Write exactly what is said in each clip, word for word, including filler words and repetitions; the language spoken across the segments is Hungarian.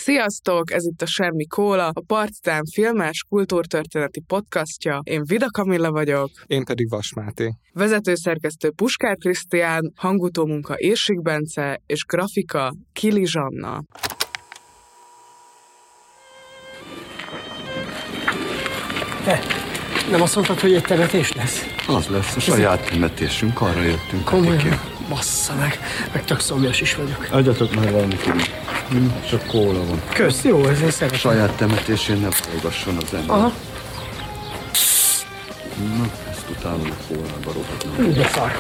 Sziasztok! Ez itt a Semmi Kóla, a Partizán filmes kultúrtörténeti podcastja. Én Vida Kamilla vagyok. Én pedig Vas Máté. Vezetőszerkesztő Puskár Krisztián, hangutómunka Érsik Bence és grafika Kili Zsanna. Te, nem azt mondtad, hogy egy temetés lesz? Az lesz, a saját temetésünk, arra jöttünk. Komolyan? Bassza meg, meg tök szomjas is vagyok. Adjatok már valamit, hm, csak kóla van. Kösz, jó, ez én szeretem. Saját temetésén ne hallgasson az ember. Aha. Na, ezt utálom a kólába rohadnom. Hú, de szar.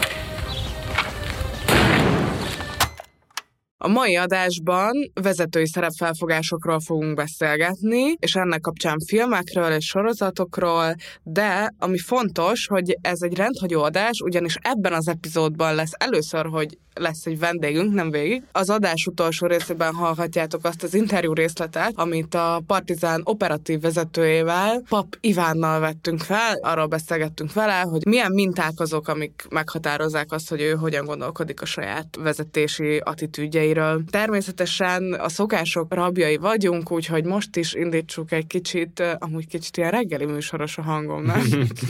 A mai adásban vezetői szerepfelfogásokról fogunk beszélgetni, és ennek kapcsán filmekről és sorozatokról, de ami fontos, hogy ez egy rendhagyó adás, ugyanis ebben az epizódban lesz először, hogy lesz egy vendégünk, nem végig. Az adás utolsó részében hallhatjátok azt az interjú részletet, amit a Partizán operatív vezetőjével, Pap Ivánnal vettünk fel. Arról beszélgettünk vele, hogy milyen minták azok, amik meghatározzák azt, hogy ő hogyan gondolkodik a saját vezetési attitűdjeiről. Természetesen a szokások rabjai vagyunk, úgyhogy most is indítsuk egy kicsit, amúgy kicsit ilyen reggeli műsoros a hangom, nem?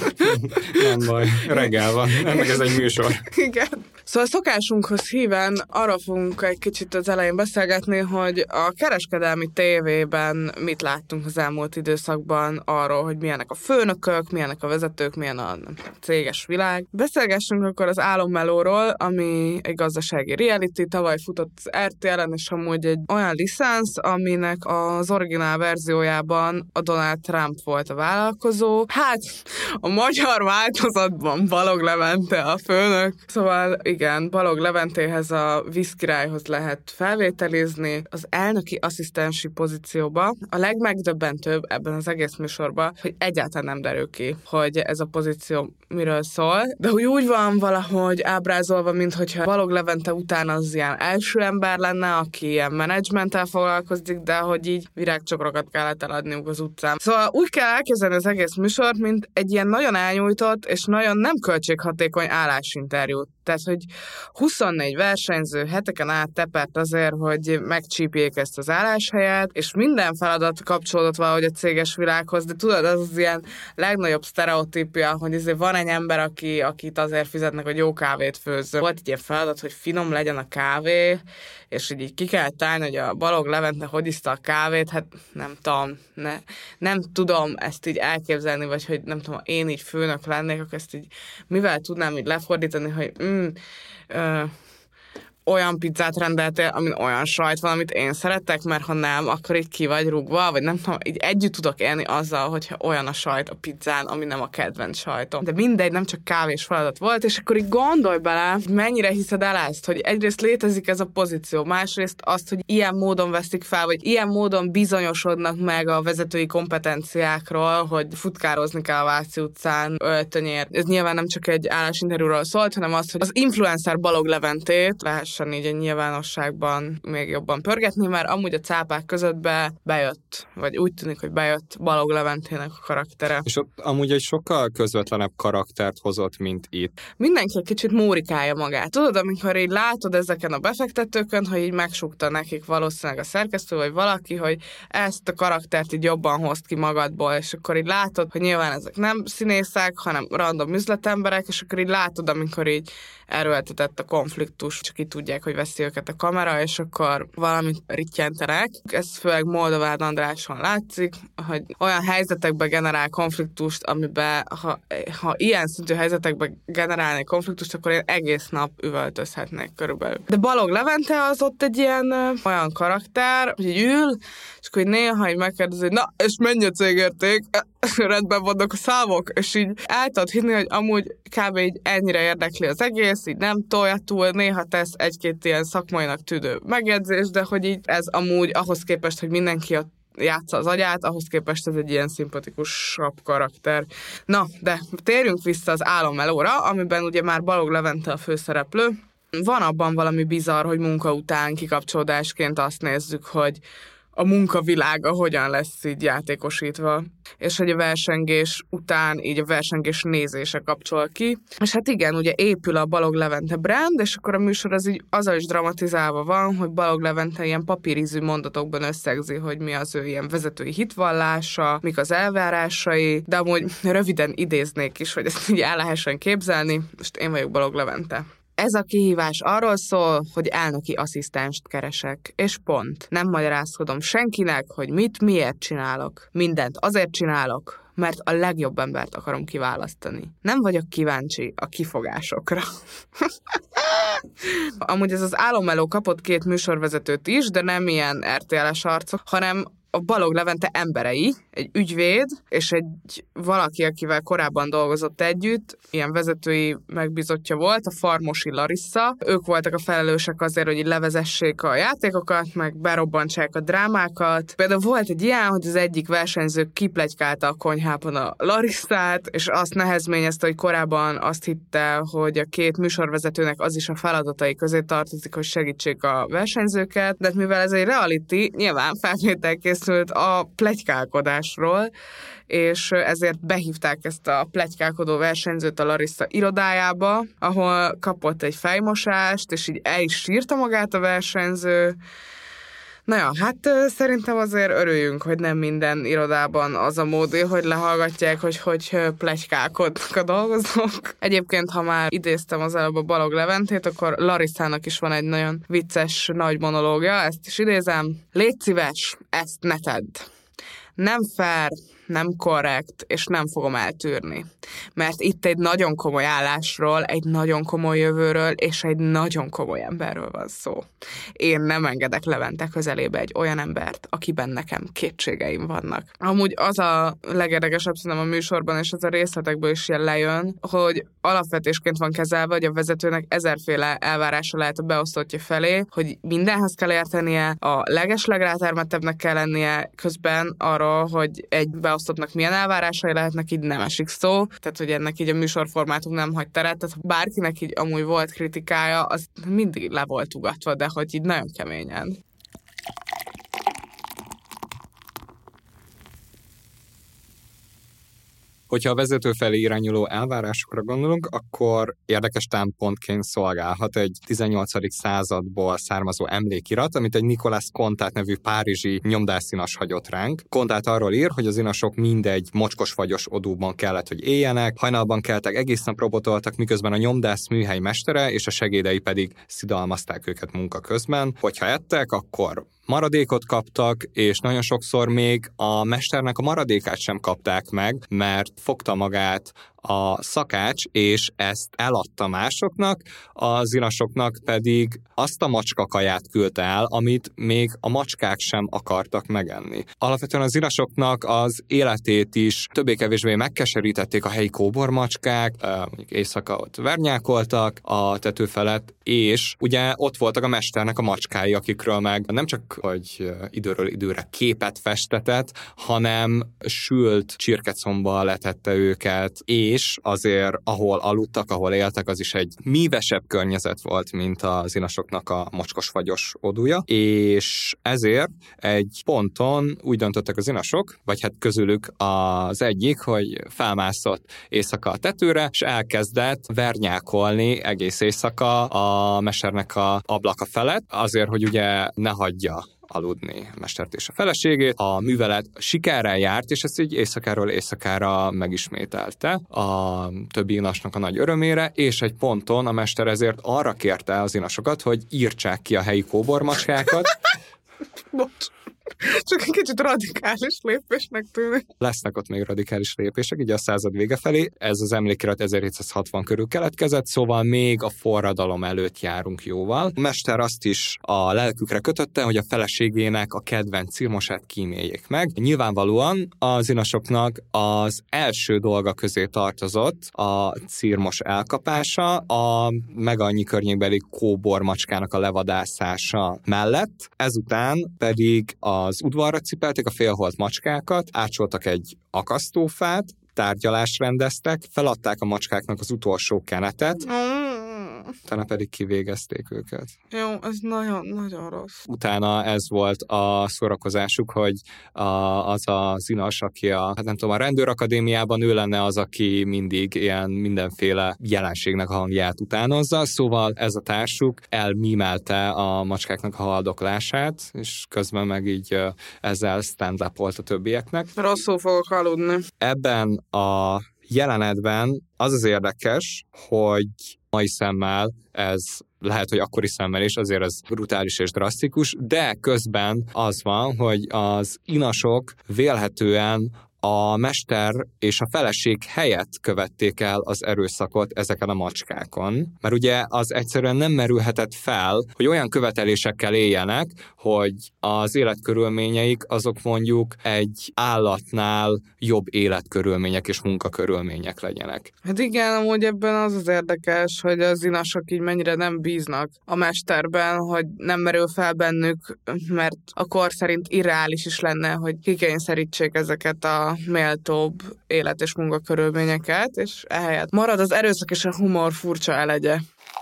Nem baj, reggel van, ennek ez egy műsor. Igen. Szóval a szokásunkhoz híven arról fogunk egy kicsit az elején beszélgetni, hogy a kereskedelmi tévében mit láttunk az elmúlt időszakban arról, hogy milyenek a főnökök, milyenek a vezetők, milyen a nem, céges világ. Beszélgessünk akkor az Álommelóról, ami egy gazdasági reality, tavaly futott az er té el-en, és amúgy egy olyan licensz, aminek az originál verziójában a Donald Trump volt a vállalkozó. Hát, a magyar változatban Balogh Levente a főnök, szóval igen, Balogh Leventéhez a vízkirályhoz lehet felvételizni az elnöki asszisztensi pozícióba. A legmegdöbbentőbb ebben az egész műsorban, hogy egyáltalán nem derül ki, hogy ez a pozíció miről szól, de hogy úgy van valahogy ábrázolva, minthogyha Balogh Levente után az ilyen első ember lenne, aki ilyen menedzsmenttel foglalkozik, de hogy így virágcsokrokat kellett eladniuk az utcán. Szóval úgy kell elképzelni az egész műsort, mint egy ilyen nagyon elnyújtott és nagyon nem költséghatékony állásinterjút. Tehát, hogy huszonnégy versenyző heteken át tepert azért, hogy megcsípjék ezt az álláshelyet, és minden feladat kapcsolódott valahogy a céges világhoz, de tudod, az az ilyen legnagyobb sztereotípia, hogy azért van egy ember, aki, akit azért fizetnek, hogy jó kávét főzzön. Volt egy ilyen feladat, hogy finom legyen a kávé, és így, így ki kell találni, hogy a Balogh Levente hogy iszta a kávét, hát nem tudom, ne, nem tudom ezt így elképzelni, vagy hogy nem tudom, én így főnök lennék, akkor ezt így mivel tudnám így lefordítani, hogy mm, ö, olyan pizzát rendeltél, amin olyan sajt van, amit én szeretek, mert ha nem, akkor így ki vagy rúgva, vagy nem tudom, így együtt tudok élni azzal, hogyha olyan a sajt a pizzán, ami nem a kedvenc sajtom. De mindegy, nem csak kávés feladat volt, és akkor így gondolj bele, hogy mennyire hiszed el ezt, hogy egyrészt létezik ez a pozíció, másrészt azt, hogy ilyen módon veszik fel, vagy ilyen módon bizonyosodnak meg a vezetői kompetenciákról, hogy futkározni kell a Váci utcán öltönyért. Ez nyilván nem csak egy állásinterjúról szólt, hanem az, hogy az influencer Balogh Leventét lehessen így a nyilvánosságban még jobban pörgetni, mert amúgy a cápák között be, bejött, vagy úgy tűnik, hogy bejött Balogh Leventének a karaktere. És ott amúgy egy sokkal közvetlenebb karaktert hozott, mint itt. Mindenki egy kicsit mórikálja magát. Tudod, amikor így látod ezeken a befektetőkön, hogy így megsúgta nekik valószínűleg a szerkesztő, vagy valaki, hogy ezt a karaktert így jobban hozd ki magadból, és akkor így látod, hogy nyilván ezek nem színészek, hanem random üzletemberek, és akkor így látod, amikor így erőltetett a konfliktus, csak így tudják, hogy veszi őket a kamera, és akkor valamit rittyentenek. Ez főleg Moldován Andráson látszik, hogy olyan helyzetekben generál konfliktust, amiben, ha, ha ilyen szintű helyzetekben generálnék konfliktust, akkor én egész nap üvöltözhetnék körülbelül. De Balogh Levente az ott egy ilyen ö, olyan karakter, hogy így ül, és akkor így néha így megkérdezi, hogy na, és mennyi a cégérték? Rendben vannak a számok, és így el tudod hinni, hogy amúgy kb. Így ennyire érdekli az egész, így nem tolja túl, néha tesz egy-két ilyen szakmainak tűnő megjegyzés, de hogy így ez amúgy ahhoz képest, hogy mindenki ott játsza az agyát, ahhoz képest ez egy ilyen szimpatikusabb karakter. Na, de térjünk vissza az Álommelóra, amiben ugye már Balogh Levente a főszereplő. Van abban valami bizarr, hogy munka után kikapcsolódásként azt nézzük, hogy a munkavilága hogyan lesz így játékosítva, és hogy a versengés után így a versengés nézése kapcsol ki. És hát igen, ugye épül a Balogh Levente brand, és akkor a műsor az így azzal is dramatizálva van, hogy Balogh Levente ilyen papírizű mondatokban összegzi, hogy mi az ő ilyen vezetői hitvallása, mik az elvárásai, de amúgy röviden idéznék is, hogy ezt így el lehessen képzelni. Most én vagyok Balogh Levente. Ez a kihívás arról szól, hogy elnöki asszisztenst keresek, és pont. Nem magyarázkodom senkinek, hogy mit, miért csinálok. Mindent azért csinálok, mert a legjobb embert akarom kiválasztani. Nem vagyok kíváncsi a kifogásokra. Amúgy ez az Álommeló kapott két műsorvezetőt is, de nem ilyen er té el-es arcok, hanem a Balogh Levente emberei, egy ügyvéd, és egy valaki, akivel korábban dolgozott együtt, ilyen vezetői megbízottja volt, a Farmosi Larissa. Ők voltak a felelősek azért, hogy levezessék a játékokat, meg berobbantsák a drámákat. Például volt egy ilyen, hogy az egyik versenyző kipletykálta a konyhában a Larissát, és azt nehezményezte, hogy korábban azt hitte, hogy a két műsorvezetőnek az is a feladatai közé tartozik, hogy segítsék a versenyzőket, de mivel ez egy reality, nyilván felvétel készült a pletykálkodásról, és ezért behívták ezt a pletykálkodó versenyzőt a Larissa irodájába, ahol kapott egy fejmosást, és így el is sírta magát a versenyző. Na ja, hát szerintem azért örüljünk, hogy nem minden irodában az a mód, hogy lehallgatják, hogy hogy pletykálkodnak a dolgozók. Egyébként, ha már idéztem az előbb a Balogh Leventét, akkor Larissának is van egy nagyon vicces nagy monológia, ezt is idézem. Légy szíves, ezt ne tedd. Nem fair, nem korrekt, és nem fogom eltűrni. Mert itt egy nagyon komoly állásról, egy nagyon komoly jövőről, és egy nagyon komoly emberről van szó. Én nem engedek Levente közelébe egy olyan embert, akiben nekem kétségeim vannak. Amúgy az a legérdekesebb szerintem a műsorban, és ez a részletekből is ilyen lejön, hogy alapvetésként van kezelve, hogy a vezetőnek ezerféle elvárása lehet a beosztottja felé, hogy mindenhez kell értenie, a legeslegrátermettebbnek kell lennie, közben arról, hogy egy beosztottnak milyen elvárásai lehetnek, így nem esik szó. Tehát, hogy ennek így a műsorformátum nem hagy teret. Tehát, ha bárkinek így amúgy volt kritikája, az mindig le volt ugatva, de hogy így nagyon keményen. Hogyha a vezető felé irányuló elvárásokra gondolunk, akkor érdekes támpontként szolgálhat egy tizennyolcadik századból származó emlékirat, amit egy Nicolas Contat nevű párizsi nyomdászínas hagyott ránk. Contat arról ír, hogy az inasok mindegy mocskos fagyos odúban kellett, hogy éljenek, hajnalban keltek, egész nap robotoltak, miközben a nyomdász műhely mestere és a segédei pedig szidalmazták őket munka közben. Hogyha ettek, akkor maradékot kaptak, és nagyon sokszor még a mesternek a maradékát sem kapták meg, mert fogta magát a szakács, és ezt eladta másoknak, az inasoknak pedig azt a macskakaját küldte el, amit még a macskák sem akartak megenni. Alapvetően az inasoknak az életét is többé-kevésbé megkeserítették a helyi kóbormacskák, mondjuk éjszaka ott vernyákoltak a tető felett, és ugye ott voltak a mesternek a macskái, akikről meg nem csak, hogy időről időre képet festetett, hanem sült csirkecomba letette őket, és azért, ahol aludtak, ahol éltek, az is egy mívesebb környezet volt, mint az inasoknak a mocskos-fagyos odúja, és ezért egy ponton úgy döntöttek az inasok, vagy hát közülük az egyik, hogy felmászott éjszaka a tetőre, és elkezdett vernyákolni egész éjszaka a mesternek a ablaka felett, azért, hogy ugye ne hagyja aludni a mestert és a feleségét. A művelet sikerrel járt, és ezt így éjszakáról éjszakára megismételte a többi inasnak a nagy örömére, és egy ponton a mester ezért arra kérte az inasokat, hogy írtsák ki a helyi kóbormacskákat. Bocs. Csak egy kicsit radikális lépésnek tűnik. Lesznek ott még radikális lépések, így a század vége felé. Ez az emlékirat ezerhétszázhatvan körül keletkezett, szóval még a forradalom előtt járunk jóval. A mester azt is a lelkükre kötötte, hogy a feleségének a kedvenc cirmosát kíméljék meg. Nyilvánvalóan az inasoknak az első dolga közé tartozott a cirmos elkapása, a meg annyi környékbeli kóbormacskának a levadászása mellett. Ezután pedig az udvarra cipelték a félholt macskákat, ácsoltak egy akasztófát, tárgyalást rendeztek, feladták a macskáknak az utolsó kenetet, Utána pedig kivégezték őket. Jó, ez nagyon, nagyon rossz. Utána ez volt a szórakozásuk, hogy a, az az inas, aki a, hát nem tudom, a rendőrakadémiában ő lenne az, aki mindig ilyen mindenféle jelenségnek a hangját utánozza, szóval ez a társuk elmímelte a macskáknak a haldoklását, és közben meg így ezzel stand-up-olt a többieknek. Rosszul fogok aludni. Ebben a jelenetben az az érdekes, hogy mai szemmel ez lehet, hogy akkori szemmel is, azért ez brutális és drasztikus, de közben az van, hogy az inasok vélhetően a mester és a feleség helyett követték el az erőszakot ezeken a macskákon. Mert ugye az egyszerűen nem merülhetett fel, hogy olyan követelésekkel éljenek, hogy az életkörülményeik azok mondjuk egy állatnál jobb életkörülmények és munkakörülmények legyenek. Hát igen, amúgy ebben az az érdekes, hogy az inasok így mennyire nem bíznak a mesterben, hogy nem merül fel bennük, mert a kor szerint irreális is lenne, hogy kikényszerítsék ezeket a méltóbb élet- és munkakörülményeket, és ehelyett marad az erőszak és a humor furcsa elegye.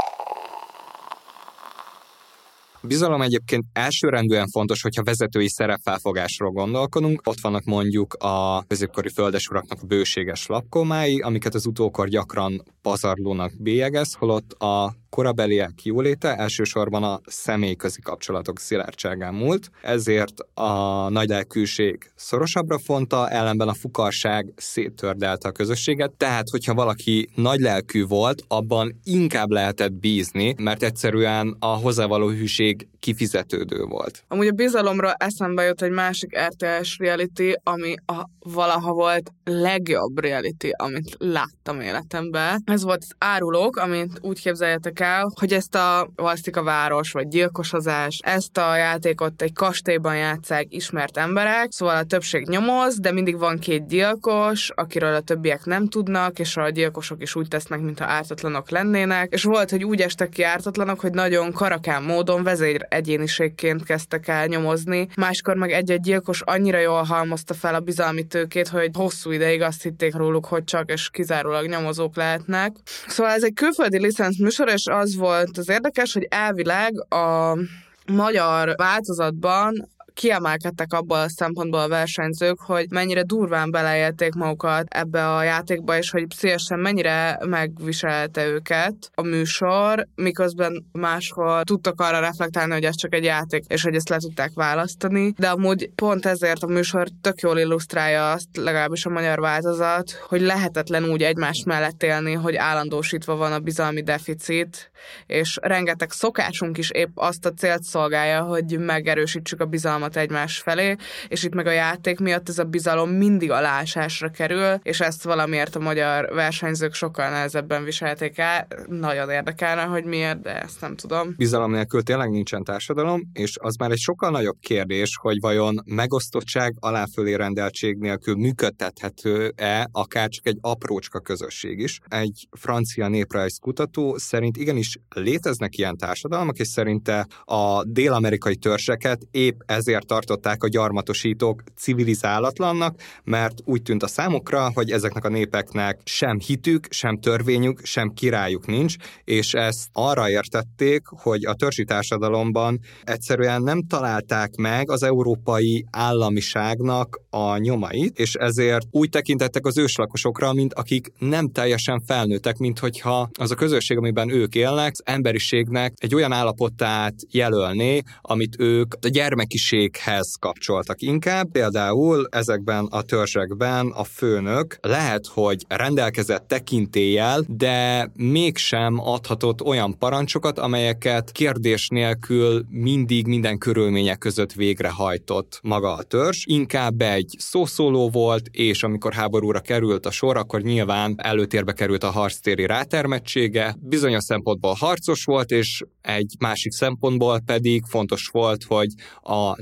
A bizalom egyébként elsőrendűen fontos, hogyha vezetői szerepfelfogásról gondolkodunk. Ott vannak mondjuk a középkori földesuraknak a bőséges lapkomái, amiket az utókor gyakran pazarlónak bélyegez, holott a korabeliek jóléte elsősorban a személyközi kapcsolatok szilárdságán múlt, ezért a nagylelkűség szorosabbra fonta, ellenben a fukarság széttördelte a közösséget, tehát hogyha valaki nagylelkű volt, abban inkább lehetett bízni, mert egyszerűen a hozzávaló hűség kifizetődő volt. Amúgy a bizalomra eszembe jut egy másik er té es reality, ami a valaha volt legjobb reality, amit láttam életemben. Ez volt az Árulók, amit úgy képzeljetek el, hogy ezt a Valsztika város, vagy gyilkosozás, ezt a játékot egy kastélyban játsszák ismert emberek, szóval a többség nyomoz, de mindig van két gyilkos, akiről a többiek nem tudnak, és a gyilkosok is úgy tesznek, mintha ártatlanok lennének, és volt, hogy úgy estek ki ártatlanok, hogy nagyon karakán módon vezér egyéniségként kezdtek el nyomozni, máskor meg egy-egy gyilkos annyira jól halmozta fel a bizalmi tőkét, hogy hosszú ideig azt hitték róluk, hogy csak és kizárólag nyomozók lehetnek. Szóval ez egy külföldi licenc műsor, és az volt az érdekes, hogy elvileg a magyar változatban kiemelkedtek abból a szempontból a versenyzők, hogy mennyire durván beleélték magukat ebbe a játékba, és hogy pszichésen mennyire megviselte őket a műsor, miközben máshol tudtak arra reflektálni, hogy ez csak egy játék, és hogy ezt le tudták választani, de amúgy pont ezért a műsor tök jól illusztrálja azt, legalábbis a magyar változat, hogy lehetetlen úgy egymás mellett élni, hogy állandósítva van a bizalmi deficit, és rengeteg szokásunk is épp azt a célt szolgálja, hogy megerősítsük a bizalmat egymás felé, és itt meg a játék miatt ez a bizalom mindig alásásra kerül, és ezt valamiért a magyar versenyzők sokkal nehezebben viselték el. Nagyon érdekelne, hogy miért, de ezt nem tudom. Bizalom nélkül tényleg nincsen társadalom, és az már egy sokkal nagyobb kérdés, hogy vajon megosztottság, aláfölé rendeltség nélkül működtethető-e akár csak egy aprócska közösség is. Egy francia néprajzkutató szerint igenis léteznek ilyen társadalmak, és szerinte a dél-amerikai törzseket épp ezért tartották a gyarmatosítók civilizálatlannak, mert úgy tűnt a számukra, hogy ezeknek a népeknek sem hitük, sem törvényük, sem királyuk nincs, és ezt arra értették, hogy a törzsi társadalomban egyszerűen nem találták meg az európai államiságnak a nyomait, és ezért úgy tekintettek az őslakosokra, mint akik nem teljesen felnőttek, mint hogyha az a közösség, amiben ők élnek, az emberiségnek egy olyan állapotát jelölné, amit ők a gyermekiséghez kapcsoltak inkább. Például ezekben a törzsekben a főnök lehet, hogy rendelkezett tekintéllyel, de mégsem adhatott olyan parancsokat, amelyeket kérdés nélkül mindig minden körülmények között végrehajtott maga a törzs. Inkább egy szószóló volt, és amikor háborúra került a sor, akkor nyilván előtérbe került a harctéri rátermettsége. Bizonyos szempontból harcos volt, és egy másik szempontból pedig fontos volt, hogy a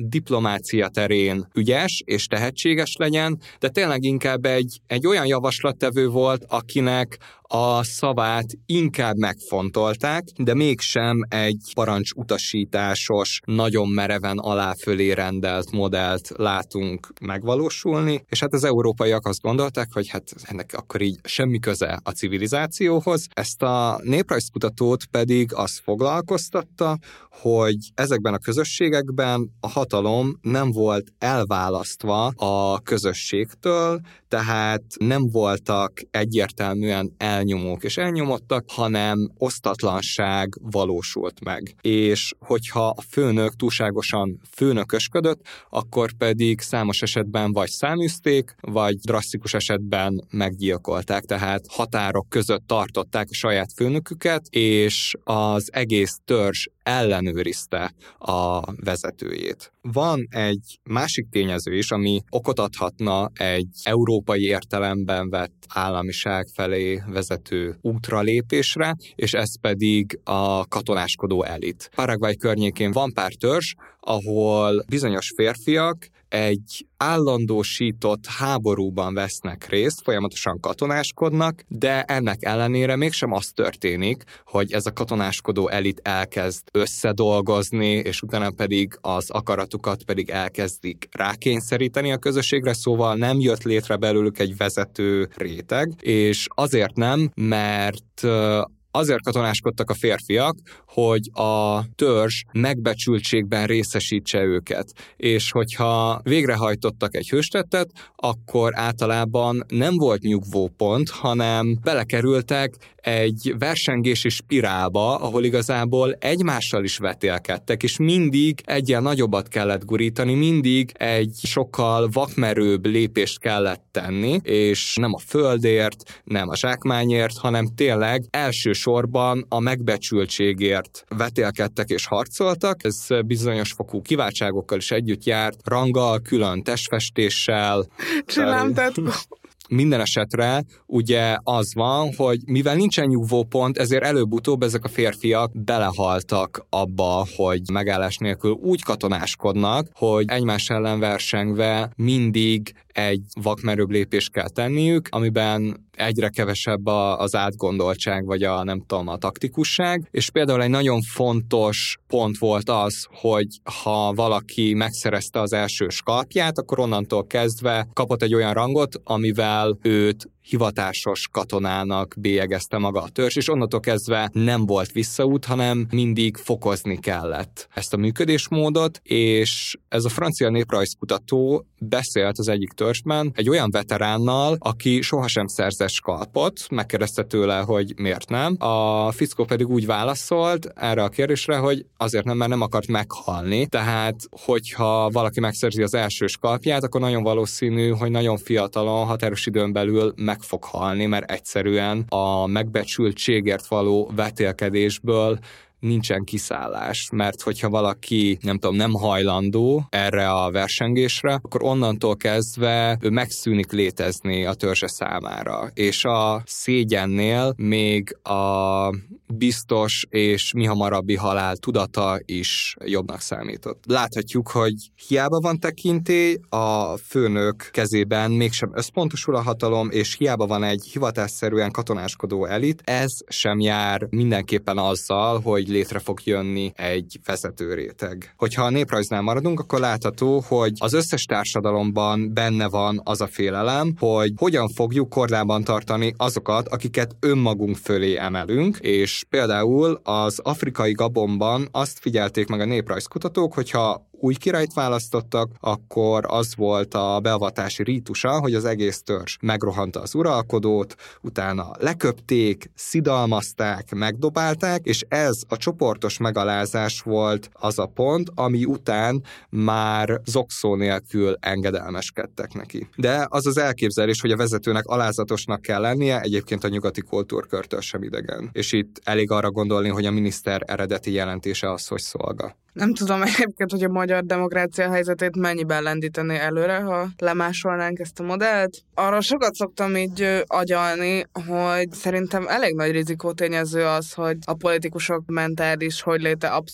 diplomácia terén ügyes és tehetséges legyen, de tényleg inkább egy, egy olyan javaslattevő volt, akinek a szavát inkább megfontolták, de mégsem egy parancsutasításos, nagyon mereven alá-fölé rendelt modellt látunk megvalósulni, és hát az európaiak azt gondolták, hogy hát ennek akkor így semmi köze a civilizációhoz. Ezt a néprajzkutatót pedig azt foglalkoztatta, hogy ezekben a közösségekben a hatalom nem volt elválasztva a közösségtől, tehát nem voltak egyértelműen elnyomók és elnyomottak, hanem osztatlanság valósult meg. És hogyha a főnök túlságosan főnökösködött, akkor pedig számos esetben vagy száműzték, vagy drasztikus esetben meggyilkolták, tehát határok között tartották a saját főnöküket, és az egész törzs ellenőrizte a vezetőjét. Van egy másik tényező is, ami okot adhatna egy európai értelemben vett államiság felé vezető útralépésre, és ez pedig a katonáskodó elit. Paraguay környékén van pár törzs, ahol bizonyos férfiak egy állandósított háborúban vesznek részt, folyamatosan katonáskodnak, de ennek ellenére mégsem az történik, hogy ez a katonáskodó elit elkezd összedolgozni, és utána pedig az akaratukat pedig elkezdik rákényszeríteni a közösségre, szóval nem jött létre belőlük egy vezető réteg, és azért nem, mert azért katonáskodtak a férfiak, hogy a törzs megbecsültségben részesítse őket. És hogyha végrehajtottak egy hőstettet, akkor általában nem volt nyugvópont, hanem belekerültek egy versengési spirálba, ahol igazából egymással is vetélkedtek, és mindig egyen nagyobbat kellett gurítani, mindig egy sokkal vakmerőbb lépést kellett tenni, és nem a földért, nem a zsákmányért, hanem tényleg elsősorban a megbecsültségért vetélkedtek és harcoltak. Ez bizonyos fokú kiváltságokkal is együtt járt, ranggal, külön testfestéssel. Csinálom, tehát... Minden esetre ugye az van, hogy mivel nincsen nyugvópont, ezért előbb-utóbb ezek a férfiak belehaltak abba, hogy megállás nélkül úgy katonáskodnak, hogy egymás ellen versengve mindig egy vakmerőbb lépést kell tenniük, amiben egyre kevesebb az átgondoltság, vagy a nem tudom, a taktikusság, és például egy nagyon fontos pont volt az, hogy ha valaki megszerezte az első skalpját, akkor onnantól kezdve kapott egy olyan rangot, amivel őt hivatásos katonának bélyegezte maga a törzs, és onnantól kezdve nem volt visszaút, hanem mindig fokozni kellett ezt a működésmódot, és ez a francia néprajzkutató beszélt az egyik törzsben egy olyan veteránnal, aki sohasem szerzett skalpot, megkérdezte tőle, hogy miért nem. A fickó pedig úgy válaszolt erre a kérdésre, hogy azért nem, mert nem akart meghalni. Tehát, hogyha valaki megszerzi az első skalpját, akkor nagyon valószínű, hogy nagyon fiatalon, határos időn belül meg fog halni, mert egyszerűen a megbecsültségért való vetélkedésből nincsen kiszállás, mert hogyha valaki, nem tudom, nem hajlandó erre a versengésre, akkor onnantól kezdve ő megszűnik létezni a törzse számára. És a szégyennél még a biztos és mihamarabbi halál tudata is jobbnak számított. Láthatjuk, hogy hiába van tekintély, a főnök kezében mégsem összpontosul a hatalom, és hiába van egy hivatásszerűen katonáskodó elit, ez sem jár mindenképpen azzal, hogy létre fog jönni egy vezető réteg. Hogyha a néprajznál maradunk, akkor látható, hogy az összes társadalomban benne van az a félelem, hogy hogyan fogjuk kordában tartani azokat, akiket önmagunk fölé emelünk, és például az afrikai Gabonban azt figyelték meg a néprajzkutatók, hogyha új királyt választottak, akkor az volt a beavatási rítusa, hogy az egész törzs megrohanta az uralkodót, utána leköpték, szidalmazták, megdobálták, és ez a csoportos megalázás volt az a pont, ami után már zokszó nélkül engedelmeskedtek neki. De az az elképzelés, hogy a vezetőnek alázatosnak kell lennie, egyébként a nyugati kultúrkörtől sem idegen. És itt elég arra gondolni, hogy a miniszter eredeti jelentése az, hogy szolga. Nem tudom egyébként, hogy a magyar demokrácia helyzetét mennyiben lendítené előre, ha lemásolnánk ezt a modellt. Arra sokat szoktam így agyalni, hogy szerintem elég nagy rizikótényező az, hogy a politikusok mentális hogyléte abszolút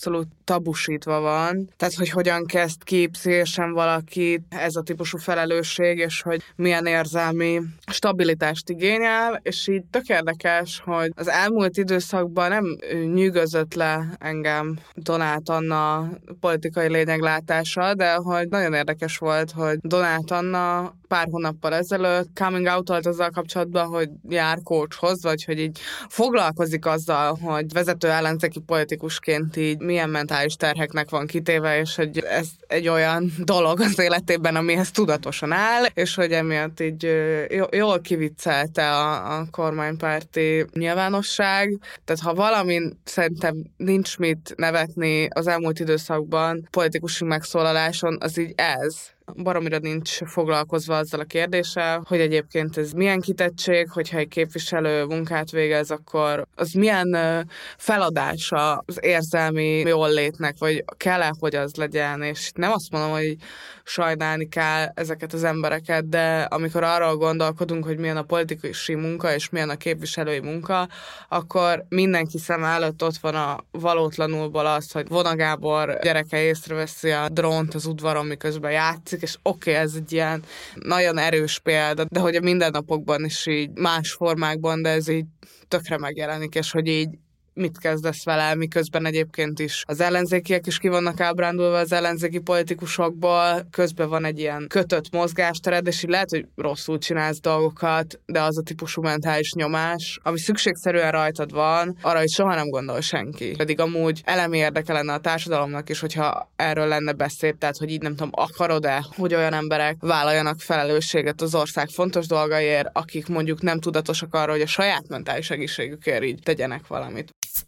tabusítva van, tehát hogy hogyan kezd ki pszichésen valakit ez a típusú felelősség, és hogy milyen érzelmi stabilitást igényel, és így tök érdekes, hogy az elmúlt időszakban nem nyűgözött le engem Donáth Anna politikai lényeglátása, de hogy nagyon érdekes volt, hogy Donáth Anna pár hónappal ezelőtt coming out-olt azzal kapcsolatban, hogy jár coachhoz, vagy hogy így foglalkozik azzal, hogy vezető ellenzéki politikusként így milyen mentális terheknek van kitéve, és hogy ez egy olyan dolog az életében, amihez tudatosan áll, és hogy emiatt így jól kiviccelte a, a kormánypárti nyilvánosság. Tehát ha valamin szerintem nincs mit nevetni az elmúlt időszakban politikusi megszólaláson, az így ez. Baromira nincs foglalkozva azzal a kérdéssel, hogy egyébként ez milyen kitettség, hogyha egy képviselő munkát végez, akkor az milyen feladása az érzelmi jóllétnek, vagy kell-e, hogy az legyen, és nem azt mondom, hogy sajnálni kell ezeket az embereket, de amikor arról gondolkodunk, hogy milyen a politikai munka, és milyen a képviselői munka, akkor mindenki szem előtt ott van a valótlanulból az, hogy Vona Gábor gyereke észreveszi a drónt az udvaron, miközben játszik, és oké, okay, ez egy ilyen nagyon erős példa, de hogy a mindennapokban is így más formákban, de ez így tökre megjelenik, és hogy így mit kezdesz vele, miközben egyébként is az ellenzékiek is ki vannak ábrándulva az ellenzéki politikusokból, közben van egy ilyen kötött mozgástered, és így lehet, hogy rosszul csinálsz dolgokat, de az a típusú mentális nyomás, ami szükségszerűen rajtad van, arra is soha nem gondol senki. Pedig amúgy elemi érdeke lenne a társadalomnak is, hogyha erről lenne beszéd, tehát hogy így nem tudom, akarod-e, hogy olyan emberek vállaljanak felelősséget az ország fontos dolgaiért, akik mondjuk nem tudatosak arra, hogy a saját mentális egészségükért így tegyenek valamit.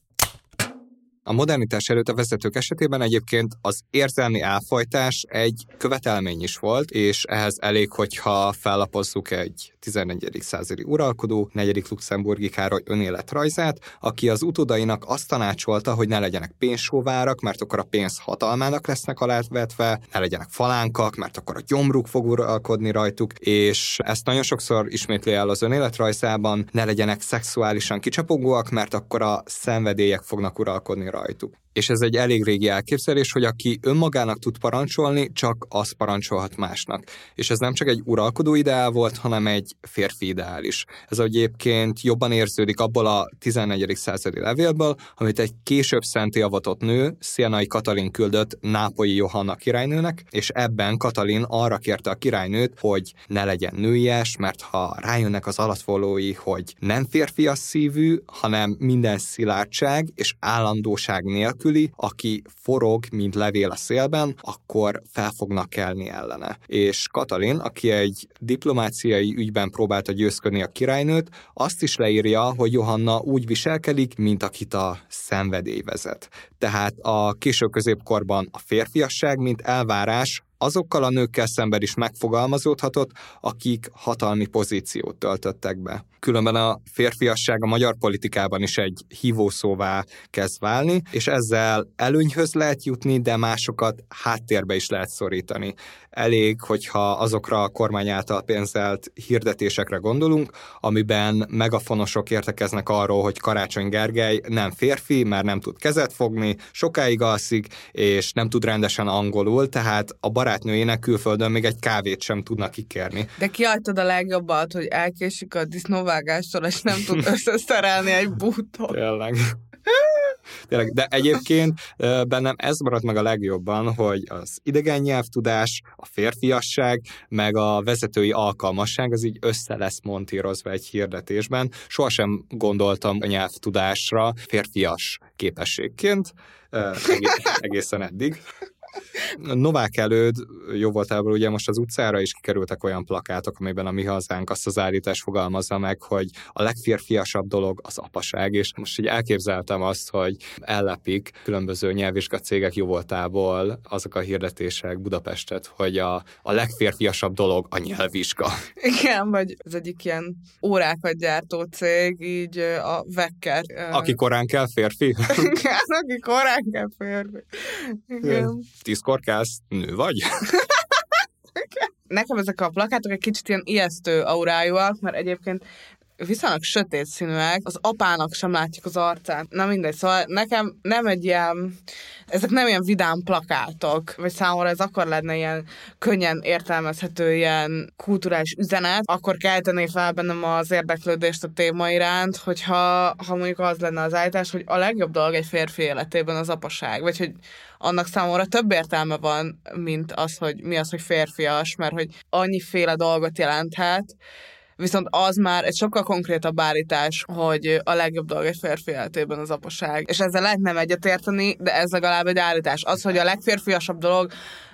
A modernitás előtt a vezetők esetében egyébként az érzelmi elfojtás egy követelmény is volt, és ehhez elég, hogyha fellapozzuk egy tizennegyedik századi uralkodó, negyedik luxemburgi Károly önéletrajzát, aki az utódainak azt tanácsolta, hogy ne legyenek pénzsóvárak, mert akkor a pénz hatalmának lesznek alávetve, ne legyenek falánkak, mert akkor a gyomruk fog uralkodni rajtuk, és ezt nagyon sokszor ismétli el az önéletrajzában, ne legyenek szexuálisan kicsapogóak, mert akkor a szenvedélyek fognak uralkodni rajtuk. És ez egy elég régi elképzelés, hogy aki önmagának tud parancsolni, csak az parancsolhat másnak. És ez nem csak egy uralkodó ideál volt, hanem egy férfi ideál is. Ez egyébként jobban érződik abból a tizennegyedik századi levélből, amit egy később szenté avatott nő, Szienai Katalin küldött Nápolyi Johanna királynőnek, és ebben Katalin arra kérte a királynőt, hogy ne legyen nőies, mert ha rájönnek az alattvalói, hogy nem férfias szívű, hanem minden szilárdság és állandóság nélkül, aki forog, mint levél a szélben, akkor fel fognak kelni ellene. És Katalin, aki egy diplomáciai ügyben próbálta győzködni a királynőt, azt is leírja, hogy Johanna úgy viselkedik, mint akit a szenvedély vezet. Tehát a késő középkorban a férfiasság, mint elvárás, azokkal a nőkkel szemben is megfogalmazódhatott, akik hatalmi pozíciót töltöttek be. Különben a férfiasság a magyar politikában is egy hívószóvá kezd válni, és ezzel előnyhöz lehet jutni, de másokat háttérbe is lehet szorítani. Elég, hogyha azokra a kormány által pénzelt hirdetésekre gondolunk, amiben megafonosok értekeznek arról, hogy Karácsony Gergely nem férfi, mert nem tud kezet fogni, sokáig alszik, és nem tud rendesen angolul, tehát a barátnőjének külföldön még egy kávét sem tudnak kikérni. De kiadtad a legjobbat, hogy elkésik a disznóvágástól, és nem tud összeszerelni egy bútot. Tényleg. Tényleg. De egyébként bennem ez maradt meg a legjobban, hogy az idegen nyelvtudás, a férfiasság, meg a vezetői alkalmasság az így össze lesz montírozva egy hirdetésben. Sohasem gondoltam a nyelvtudásra férfias képességként, egészen eddig. Novák előd jó voltából ugye most az utcára is kikerültek olyan plakátok, amiben a Mi Hazánk azt az állítást fogalmazza meg, hogy a legférfiasabb dolog az apaság, és most így elképzeltem azt, hogy ellepik különböző nyelvvizsgacégek jó voltából azok a hirdetések Budapestet, hogy a, a legférfiasabb dolog a nyelvvizsga. Igen, vagy az egyik ilyen órákat gyártó cég, így a Vekker. Aki korán kell férfi? Igen, aki korán kell férfi. Igen. Tízkor kelsz, nő vagy? Nekem ezek a plakátok egy kicsit ilyen ijesztő aurájúak, mert egyébként viszonylag sötét színűek, az apának sem látjuk az arcát. Na mindegy, szóval nekem nem egy ilyen, ezek nem ilyen vidám plakátok, vagy számomra ez akkor lenne ilyen könnyen értelmezhető, ilyen kulturális üzenet, akkor keltené fel bennem az érdeklődést a téma iránt, hogyha ha mondjuk az lenne az állítás, hogy a legjobb dolog egy férfi életében az apaság, vagy hogy annak számomra több értelme van, mint az, hogy mi az, hogy férfias, mert hogy annyiféle dolgot jelenthet, viszont az már egy sokkal konkrétabb állítás, hogy a legjobb dolog egy férfi életében az apaság. És ezzel lehet nem egyetérteni, de ez legalább egy állítás. Az, hogy a legférfiasabb dolog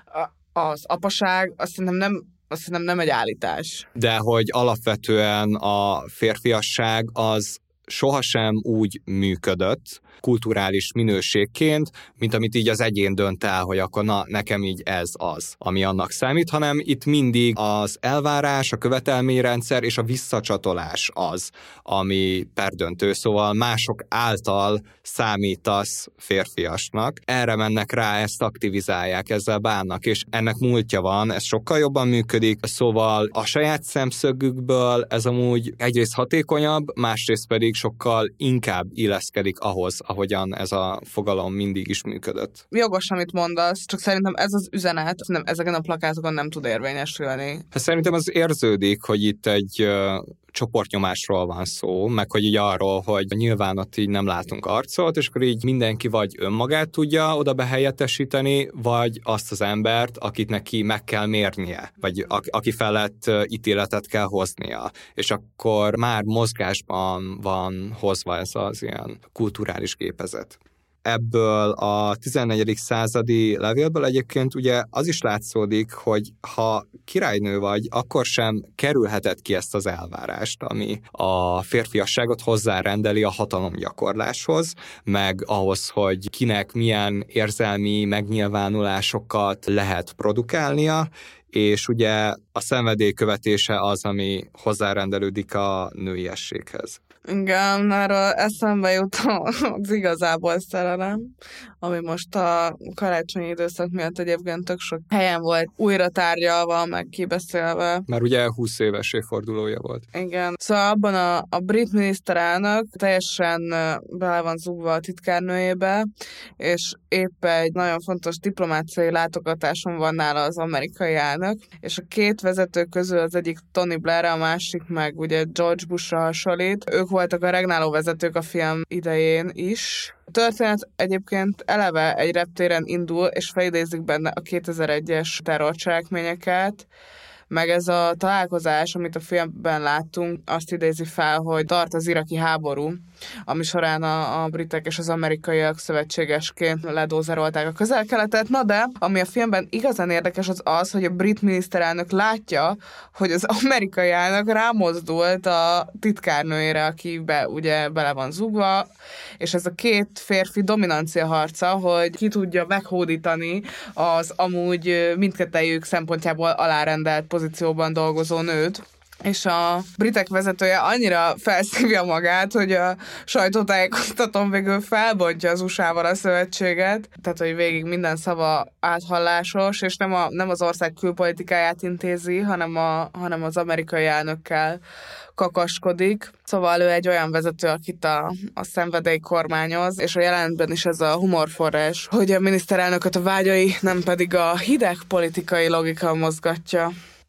az apaság, azt szerintem nem, azt szerintem nem egy állítás. De hogy alapvetően a férfiasság az sohasem úgy működött kulturális minőségként, mint amit így az egyén dönt el, hogy akkor na, nekem így ez az, ami annak számít, hanem itt mindig az elvárás, a követelményrendszer és a visszacsatolás az, ami perdöntő, szóval mások által számítasz férfiasnak. Erre mennek rá, ezt aktivizálják, ezzel bánnak, és ennek múltja van, ez sokkal jobban működik, szóval a saját szemszögükből ez amúgy egyrészt hatékonyabb, másrészt pedig sokkal inkább illeszkedik ahhoz, ahogyan ez a fogalom mindig is működött. Jogos, amit mondasz, csak szerintem ez az üzenet, nem, ezeken a plakátokon nem tud érvényesülni. Hát szerintem az érződik, hogy itt egy uh, csoportnyomásról van szó, meg hogy így arról, hogy nyilván ott így nem látunk arcot, és akkor így mindenki vagy önmagát tudja oda behelyettesíteni, vagy azt az embert, akit neki meg kell mérnie, vagy a, aki felett uh, ítéletet kell hoznia. És akkor már mozgásban van hozva ez az ilyen kulturális gépezet. Ebből a tizennegyedik századi levélből egyébként ugye az is látszódik, hogy ha királynő vagy, akkor sem kerülheted ki ezt az elvárást, ami a férfiasságot hozzárendeli a hatalomgyakorláshoz, meg ahhoz, hogy kinek milyen érzelmi megnyilvánulásokat lehet produkálnia, és ugye a szenvedély követése az, ami hozzárendelődik a nőiességhez. Igen, erről eszembe jut az igazából szerelem, ami most a karácsonyi időszak miatt egyébként tök sok helyen volt újra tárgyalva, meg kibeszélve. Már ugye húsz éves évfordulója volt. Igen. Szóval abban a, a brit miniszterelnök teljesen bele van zugva a titkárnőjébe, és épp egy nagyon fontos diplomáciai látogatáson van nála az amerikai elnök, és a két vezető közül az egyik Tony Blair, a másik meg ugye George Bushra hasonlít. Ők voltak a regnáló vezetők a film idején is. A történet egyébként eleve egy reptéren indul, és felidézik benne a kétezer-egyes terrorcselekményeket, meg ez a találkozás, amit a filmben láttunk, azt idézi fel, hogy tart az iraki háború, ami során a, a britek és az amerikaiak szövetségesként ledózerolták a közel-keletet. Na de, ami a filmben igazán érdekes az az, hogy a brit miniszterelnök látja, hogy az amerikai elnök rámozdult a titkárnőjére, akibe ugye bele van zugva, és ez a két férfi dominancia harca, hogy ki tudja meghódítani az amúgy mindkettejük szempontjából alárendelt pozícióban dolgozó nőt. És a britek vezetője annyira felszívja magát, hogy a sajtótájékoztatón végül felbontja az u es á-val a szövetséget, tehát hogy végig minden szava áthallásos, és nem, a, nem az ország külpolitikáját intézi, hanem, a, hanem az amerikai elnökkel kakaskodik. Szóval ő egy olyan vezető, akit a, a szenvedély kormányoz, és a jelenetben is ez a humorforrás, hogy a miniszterelnököt a vágyai, nem pedig a hideg politikai logika mozgatja.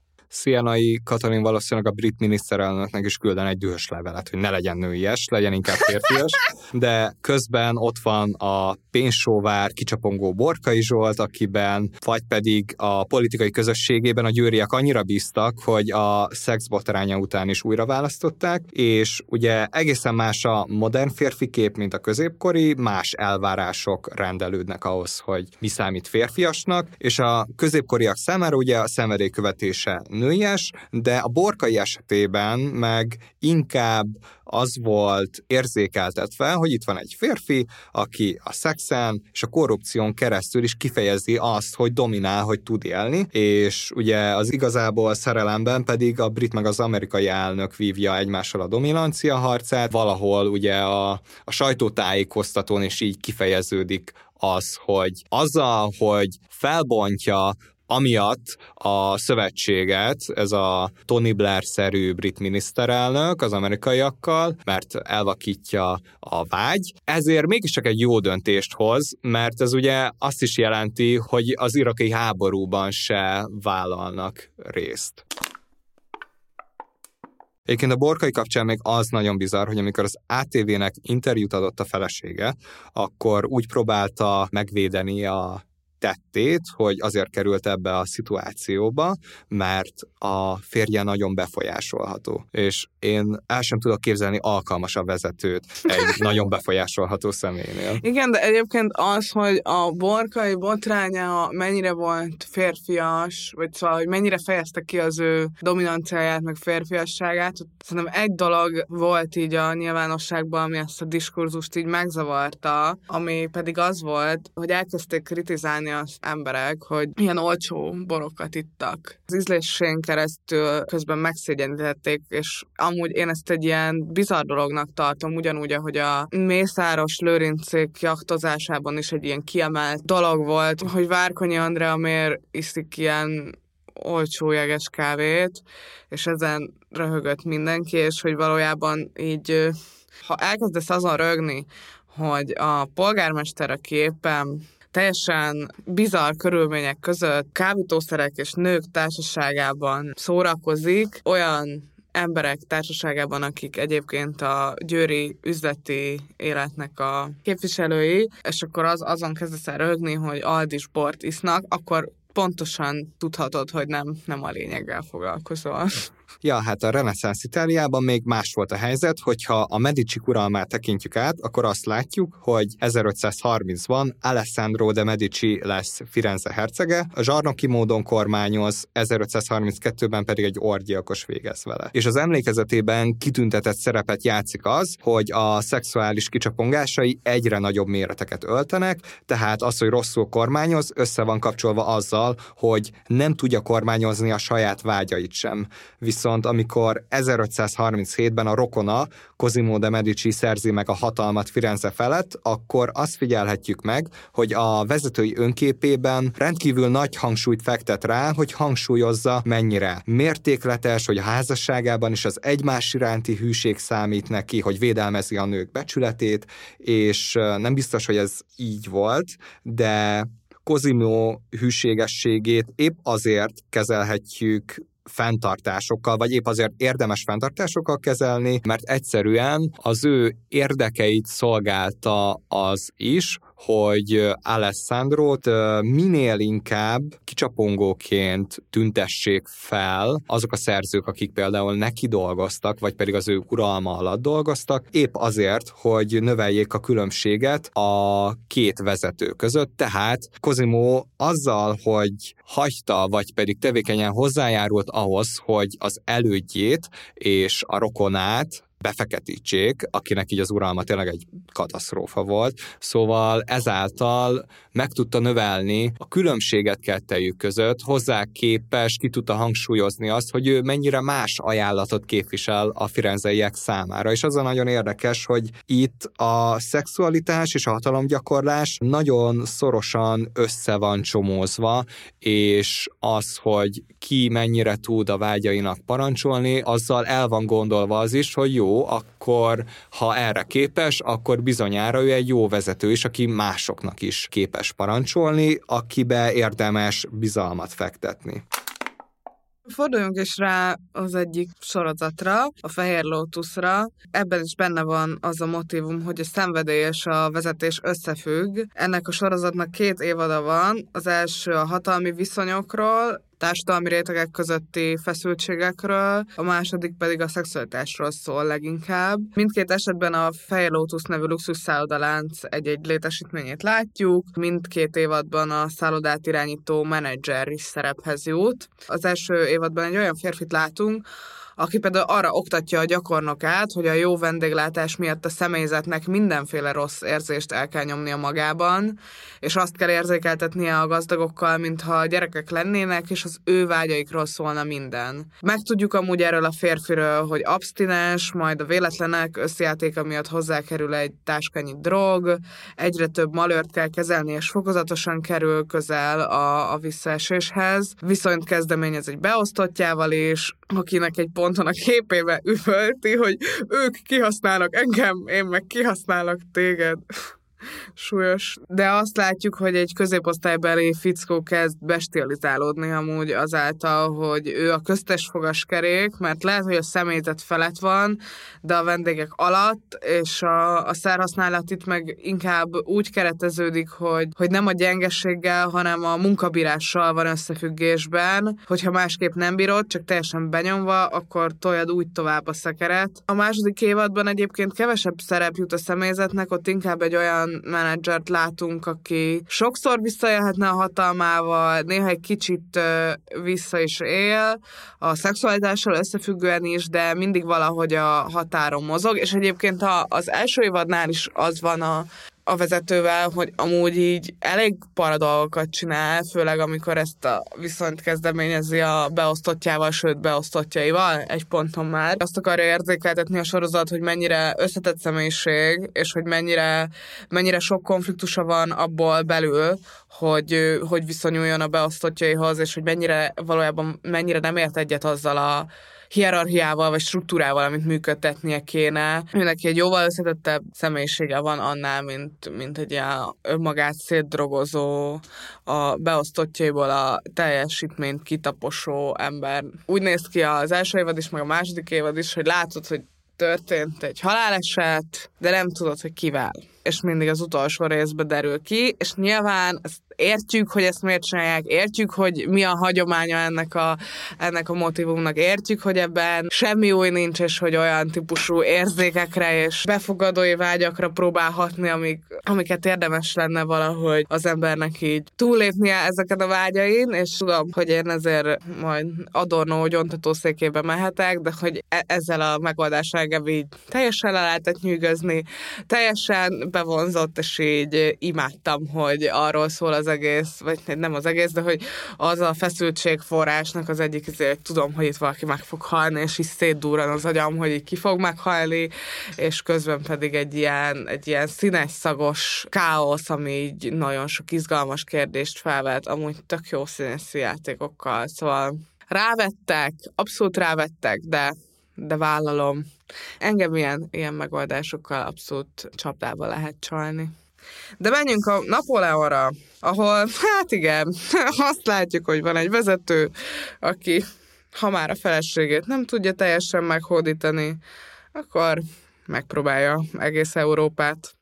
Szienai Katalin valószínűleg a brit miniszterelnöknek is külden egy dühös levelet, hogy ne legyen nőies, legyen inkább férfias, de közben ott van a pénzsóvár kicsapongó Borkai Zsolt, akiben, vagy pedig a politikai közösségében a győriek annyira bíztak, hogy a szexbotránya után is újra választották, és ugye egészen más a modern férfi kép, mint a középkori, más elvárások rendelődnek ahhoz, hogy mi számít férfiasnak, és a középkoriak számára ugye a szenvedély követése nőies, de a Borkai esetében meg inkább az volt érzékeltetve, hogy itt van egy férfi, aki a szexen és a korrupción keresztül is kifejezi azt, hogy dominál, hogy tud élni, és ugye az igazából szerelemben pedig a brit meg az amerikai elnök vívja egymással a dominancia harcát, valahol ugye a, a sajtótájékoztatón is így kifejeződik az, hogy azzal, hogy felbontja amiatt a szövetséget, ez a Tony Blair-szerű brit miniszterelnök az amerikaiakkal, mert elvakítja a vágy, ezért mégiscsak egy jó döntést hoz, mert ez ugye azt is jelenti, hogy az iraki háborúban se vállalnak részt. Egyébként a Borkai kapcsán még az nagyon bizarr, hogy amikor az á té vének interjút adott a felesége, akkor úgy próbálta megvédeni a tettét, hogy azért került ebbe a szituációba, mert a férje nagyon befolyásolható. És én el sem tudok képzelni alkalmasabb vezetőt egy nagyon befolyásolható személynél. Igen, de egyébként az, hogy a Borkai botránya mennyire volt férfias, vagy szóval, hogy mennyire fejezte ki az ő dominanciáját, meg férfiasságát, szerintem egy dolog volt így a nyilvánosságban, ami ezt a diskurzust így megzavarta, ami pedig az volt, hogy elkezdték kritizálni az emberek, hogy ilyen olcsó borokat ittak. Az ízlésén keresztül közben megszégyenítették, és amúgy én ezt egy ilyen bizarr dolognak tartom, ugyanúgy, ahogy a Mészáros Lőrincék jachtozásában is egy ilyen kiemelt dolog volt, hogy Várkonyi Andrea miért iszik ilyen olcsó jeges kávét, és ezen röhögött mindenki, és hogy valójában így, ha elkezdesz azon rögni, hogy a polgármester, aki éppen teljesen bizarr körülmények között kábítószerek és nők társaságában szórakozik, olyan emberek társaságában, akik egyébként a győri üzleti életnek a képviselői, és akkor az, azon kezdesz el röhögni, hogy Aldis bort isznak, akkor pontosan tudhatod, hogy nem, nem a lényeggel foglalkozol. Ja, hát a reneszánsz Itáliában még más volt a helyzet, hogyha a Medici uralmát tekintjük át, akkor azt látjuk, hogy ezerötszázharmincban Alessandro de Medici lesz Firenze hercege, a zsarnoki módon kormányoz, ezerötszázharminckettőben pedig egy orgyilkos végez vele. És az emlékezetében kitüntetett szerepet játszik az, hogy a szexuális kicsapongásai egyre nagyobb méreteket öltenek, tehát az, hogy rosszul kormányoz, össze van kapcsolva azzal, hogy nem tudja kormányozni a saját vágyait sem. Viszont amikor ezerötszázharminchétben a rokona, Cosimo de Medici szerzi meg a hatalmat Firenze felett, akkor azt figyelhetjük meg, hogy a vezetői önképében rendkívül nagy hangsúlyt fektet rá, hogy hangsúlyozza, mennyire mértékletes, hogy a házasságában is az egymás iránti hűség számít neki, hogy védelmezi a nők becsületét, és nem biztos, hogy ez így volt, de Cosimo hűségességét épp azért kezelhetjük fenntartásokkal, vagy épp azért érdemes fenntartásokkal kezelni, mert egyszerűen az ő érdekeit szolgálta az is, hogy Alessandrót minél inkább kicsapongóként tüntessék fel azok a szerzők, akik például neki dolgoztak, vagy pedig az ő uralma alatt dolgoztak, épp azért, hogy növeljék a különbséget a két vezető között. Tehát Cosimo azzal, hogy hagyta, vagy pedig tevékenyen hozzájárult ahhoz, hogy az elődjét és a rokonát befeketítsék, akinek így az uralma tényleg egy katasztrófa volt. Szóval ezáltal meg tudta növelni a különbséget kettejük között, hozzá képes, ki tudta hangsúlyozni azt, hogy ő mennyire más ajánlatot képvisel a firenzeiek számára. És az a nagyon érdekes, hogy itt a szexualitás és a hatalomgyakorlás nagyon szorosan össze van csomózva, és az, hogy ki mennyire tud a vágyainak parancsolni, azzal el van gondolva az is, hogy jó, akkor ha erre képes, akkor bizonyára ő egy jó vezető is, aki másoknak is képes parancsolni, akibe érdemes bizalmat fektetni. Forduljunk is rá az egyik sorozatra, a Fehér Lótuszra. Ebben is benne van az a motívum, hogy a szenvedély és a vezetés összefügg. Ennek a sorozatnak két évada van. Az első a hatalmi viszonyokról, társadalmi rétegek közötti feszültségekről, a második pedig a szexualitásról szól leginkább. Mindkét esetben a Fehér Lótusz nevű luxus szállodalánc egy-egy létesítményét látjuk, mindkét évadban a szállodát irányító menedzser is szerephez jut. Az első évadban egy olyan férfit látunk, aki például arra oktatja a gyakornokát, hogy a jó vendéglátás miatt a személyzetnek mindenféle rossz érzést el kell nyomnia magában, és azt kell érzékeltetnie a gazdagokkal, mintha a gyerekek lennének, és az ő vágyaikról szólna minden. Megtudjuk amúgy erről a férfiről, hogy abstinens, majd a véletlenek összjátéka miatt hozzákerül egy táskányi drog, egyre több malőrt kell kezelni, és fokozatosan kerül közel a, a visszaeséshez. Viszonyt kezdeményez egy beosztottjával is, akinek egy ponton a képébe üvölti, hogy ők kihasználnak engem, én meg kihasználok téged. Súlyos. De azt látjuk, hogy egy középosztálybeli fickó kezd bestializálódni amúgy azáltal, hogy ő a köztes fogaskerék, mert lehet, hogy a személyzet felett van, de a vendégek alatt, és a, a szerhasználat itt meg inkább úgy kereteződik, hogy, hogy nem a gyengeséggel, hanem a munkabírással van összefüggésben, hogyha másképp nem bírod, csak teljesen benyomva, akkor toljad úgy tovább a szekeret. A második évadban egyébként kevesebb szerep jut a személyzetnek, ott inkább egy olyan menedzsert látunk, aki sokszor visszaélhetne a hatalmával, néha egy kicsit uh, vissza is él, a szexualitással összefüggően is, de mindig valahogy a határon mozog, és egyébként a, az első évadnál is az van a a vezetővel, hogy amúgy így elég para dolgokat csinál, főleg amikor ezt a viszonyt kezdeményezi a beosztottjával, sőt beosztottjaival egy ponton már. Azt akarja érzékeltetni a sorozat, hogy mennyire összetett személyiség, és hogy mennyire, mennyire sok konfliktusa van abból belül, hogy, hogy viszonyuljon a beosztottjaihoz, és hogy mennyire valójában mennyire nem ért egyet azzal a hierarchiával vagy struktúrával, amit működtetnie kéne. Neki egy jóval összetettebb személyisége van annál, mint, mint egy ilyen önmagát szétdrogozó, a beosztottjaiból a teljesítményt kitaposó ember. Úgy néz ki az első évad is, meg a második évad is, hogy látod, hogy történt egy haláleset, de nem tudod, hogy kivel. És mindig az utolsó részben derül ki, és nyilván ezt értjük, hogy ezt miért csinálják, értjük, hogy mi a hagyománya ennek a, ennek a motivumnak, értjük, hogy ebben semmi új nincs, és hogy olyan típusú érzékekre és befogadói vágyakra próbál hatni, amik, amiket érdemes lenne valahogy az embernek így túllépnie ezeket a vágyain, és tudom, hogy én ezért majd Adorno gyontatószékébe mehetek, de hogy e- ezzel a megoldással engem így teljesen le lehetett nyűgözni, teljesen bevonzott, és így imádtam, hogy arról szól az egész, vagy nem az egész, de hogy az a feszültségforrásnak az egyik, ezért tudom, hogy itt valaki meg fog halni, és így szétdurran az agyam, hogy így ki fog meghalni, és közben pedig egy ilyen, egy ilyen színes, szagos káosz, ami így nagyon sok izgalmas kérdést felvet, amúgy tök jó színészi játékokkal, szóval rávettek, abszolút rávettek, de de vállalom. Engem ilyen, ilyen megoldásokkal abszolút csapdába lehet csalni. De menjünk a Napóleonra, ahol, hát igen, azt látjuk, hogy van egy vezető, aki, ha már a feleségét nem tudja teljesen meghódítani, akkor megpróbálja egész Európát.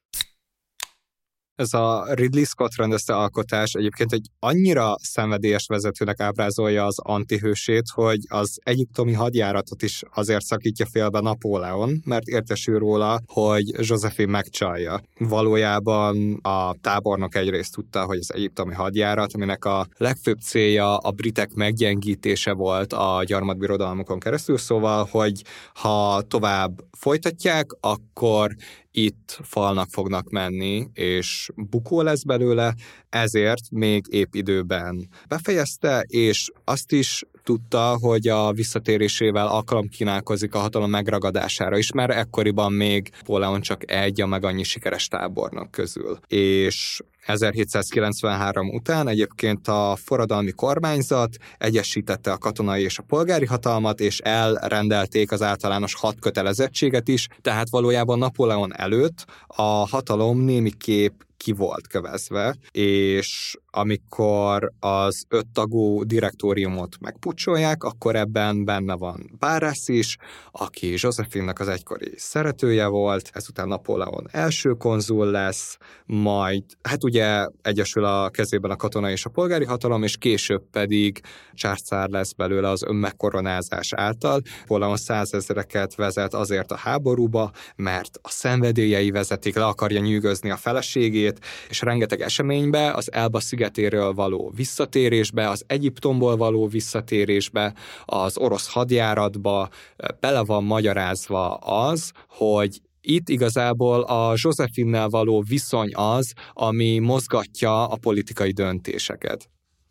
Ez a Ridley Scott rendezte alkotás egyébként egy annyira szenvedélyes vezetőnek ábrázolja az antihősét, hogy az egyiptomi hadjáratot is azért szakítja félbe Napóleon, mert értesül róla, hogy Josephine megcsalja. Valójában a tábornok egyrészt tudta, hogy az egyiptomi hadjárat, aminek a legfőbb célja a britek meggyengítése volt a gyarmatbirodalmukon keresztül, szóval, hogy ha tovább folytatják, akkor itt falnak fognak menni, és bukó lesz belőle, ezért még épp időben befejezte, és azt is tudta, hogy a visszatérésével alkalom kínálkozik a hatalom megragadására is, mert ekkoriban még Napóleon csak egy a meg annyi sikeres tábornok közül. És ezerhétszázkilencvenhárom után egyébként a forradalmi kormányzat egyesítette a katonai és a polgári hatalmat, és elrendelték az általános hat kötelezettséget is, tehát valójában Napóleon előtt a hatalom némiképp ki volt kövezve, és amikor az öttagú direktóriumot megpucsolják, akkor ebben benne van Barras is, aki Josephine-nak az egykori szeretője volt, ezután Napóleon első konzul lesz, majd, hát ugye egyesül a kezében a katonai és a polgári hatalom, és később pedig császár lesz belőle az önmegkoronázás által. Napóleon százezreket vezet azért a háborúba, mert a szenvedélyei vezetik, le akarja nyűgözni a feleségét, és rengeteg eseménybe az Elba sziget szigetéről való visszatérésbe, az Egyiptomból való visszatérésbe, az orosz hadjáratba bele van magyarázva az, hogy itt igazából a Josephinnel való viszony az, ami mozgatja a politikai döntéseket.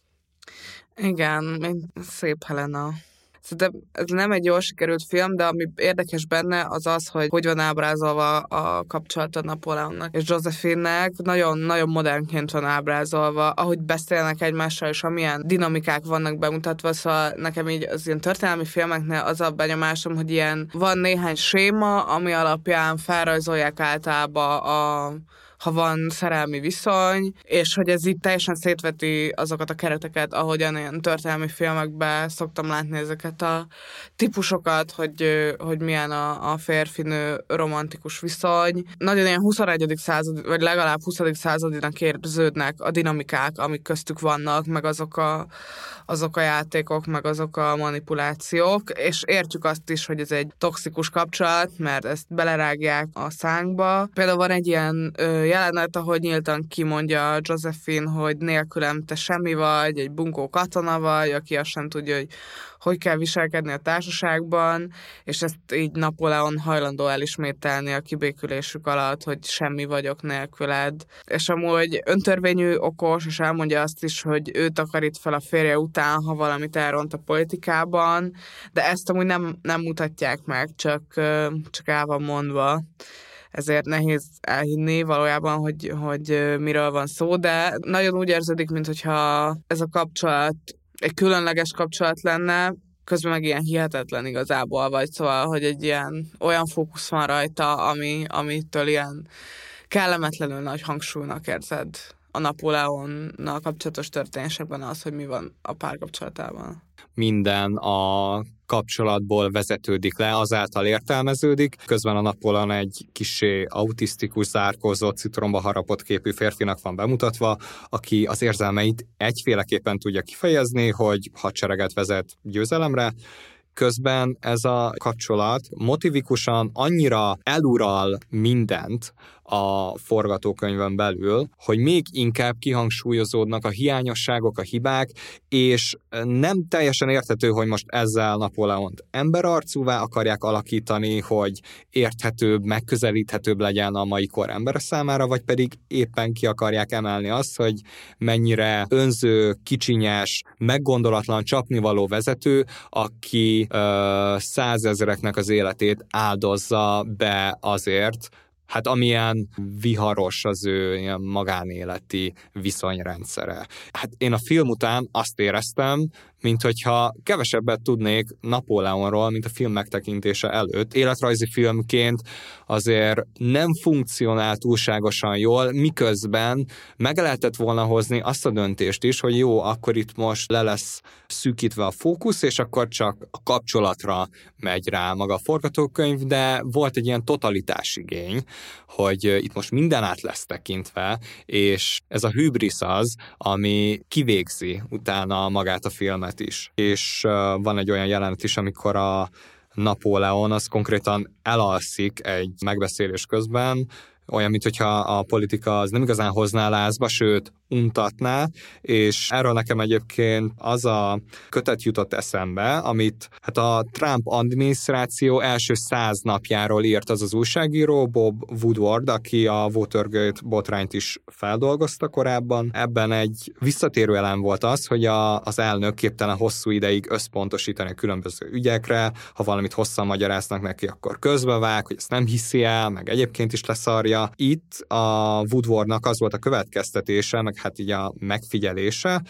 Igen, szép Helena. Szerintem ez nem egy jól sikerült film, de ami érdekes benne az az, hogy hogy van ábrázolva a kapcsolata Napóleonnak és Josephinnek. Nagyon-nagyon modernként van ábrázolva, ahogy beszélnek egymással, és amilyen dinamikák vannak bemutatva, szóval nekem így az ilyen történelmi filmeknél az a benyomásom, hogy ilyen van néhány séma, ami alapján felrajzolják általában a ha van szerelmi viszony, és hogy ez így teljesen szétveti azokat a kereteket, ahogyan ilyen történelmi filmekben szoktam látni ezeket a típusokat, hogy, hogy milyen a, a férfinő romantikus viszony. Nagyon ilyen huszonegyedik század, vagy legalább huszadik századinak érződnek a dinamikák, amik köztük vannak, meg azok a, azok a játékok, meg azok a manipulációk, és értjük azt is, hogy ez egy toxikus kapcsolat, mert ezt belerágják a szánkba. Például van egy ilyen ö, jelenet, ahogy nyíltan kimondja Josephine, hogy nélkülem te semmi vagy, egy bunkó katona vagy, aki azt sem tudja, hogy hogy kell viselkedni a társaságban, és ezt így Napóleon hajlandó elismételni a kibékülésük alatt, hogy semmi vagyok nélküled. És amúgy öntörvényű, okos, és elmondja azt is, hogy ő takarít fel a férje után, ha valamit elront a politikában, de ezt amúgy nem, nem mutatják meg, csak, csak el van mondva. Ezért nehéz elhinni valójában, hogy, hogy miről van szó, de nagyon úgy érződik, mintha ez a kapcsolat egy különleges kapcsolat lenne, közben meg ilyen hihetetlen igazából, vagy szóval, hogy egy ilyen olyan fókusz van rajta, ami, amitől ilyen kellemetlenül nagy hangsúlynak érzed a Napóleonnal kapcsolatos történésekben az, hogy mi van a párkapcsolatában. Minden a kapcsolatból vezetődik le, azáltal értelmeződik. Közben a Napóleon egy kissé autisztikus, zárkózott, citromba harapott képű férfinak van bemutatva, aki az érzelmeit egyféleképpen tudja kifejezni, hogy hadsereget vezet győzelemre. Közben ez a kapcsolat motivikusan annyira elural mindent a forgatókönyvön belül, hogy még inkább kihangsúlyozódnak a hiányosságok, a hibák, és nem teljesen érthető, hogy most ezzel Napóleont emberarcúvá akarják alakítani, hogy érthetőbb, megközelíthetőbb legyen a mai kor embere számára, vagy pedig éppen ki akarják emelni azt, hogy mennyire önző, kicsinyes, meggondolatlan, csapnivaló vezető, aki ö, százezreknek az életét áldozza be azért, hát amilyen viharos az ő ilyen magánéleti viszonyrendszere. Hát én a film után azt éreztem, mint hogyha kevesebbet tudnék Napóleonról, mint a film megtekintése előtt. Életrajzi filmként azért nem funkcionál túlságosan jól, miközben meg lehetett volna hozni azt a döntést is, hogy jó, akkor itt most le lesz szűkítve a fókusz, és akkor csak a kapcsolatra megy rá maga a forgatókönyv, de volt egy ilyen totalitásigény, hogy itt most minden át lesz tekintve, és ez a hübrisz az, ami kivégzi utána magát a filmet is. És uh, van egy olyan jelenet is, amikor a Napóleon az konkrétan elalszik egy megbeszélés közben, olyan, mintha a politika az nem igazán hozná lázba, sőt, untatná, és erről nekem egyébként az a kötet jutott eszembe, amit hát a Trump adminisztráció első száz napjáról írt az az újságíró, Bob Woodward, aki a Watergate botrányt is feldolgozta korábban. Ebben egy visszatérő elem volt az, hogy a, az elnök képtelen hosszú ideig összpontosítani a különböző ügyekre, ha valamit hosszan magyaráznak neki, akkor közbevág, hogy ezt nem hiszi el, meg egyébként is leszarja. Itt a Woodwardnak az volt a következtetése, meg hát így a megfigyelése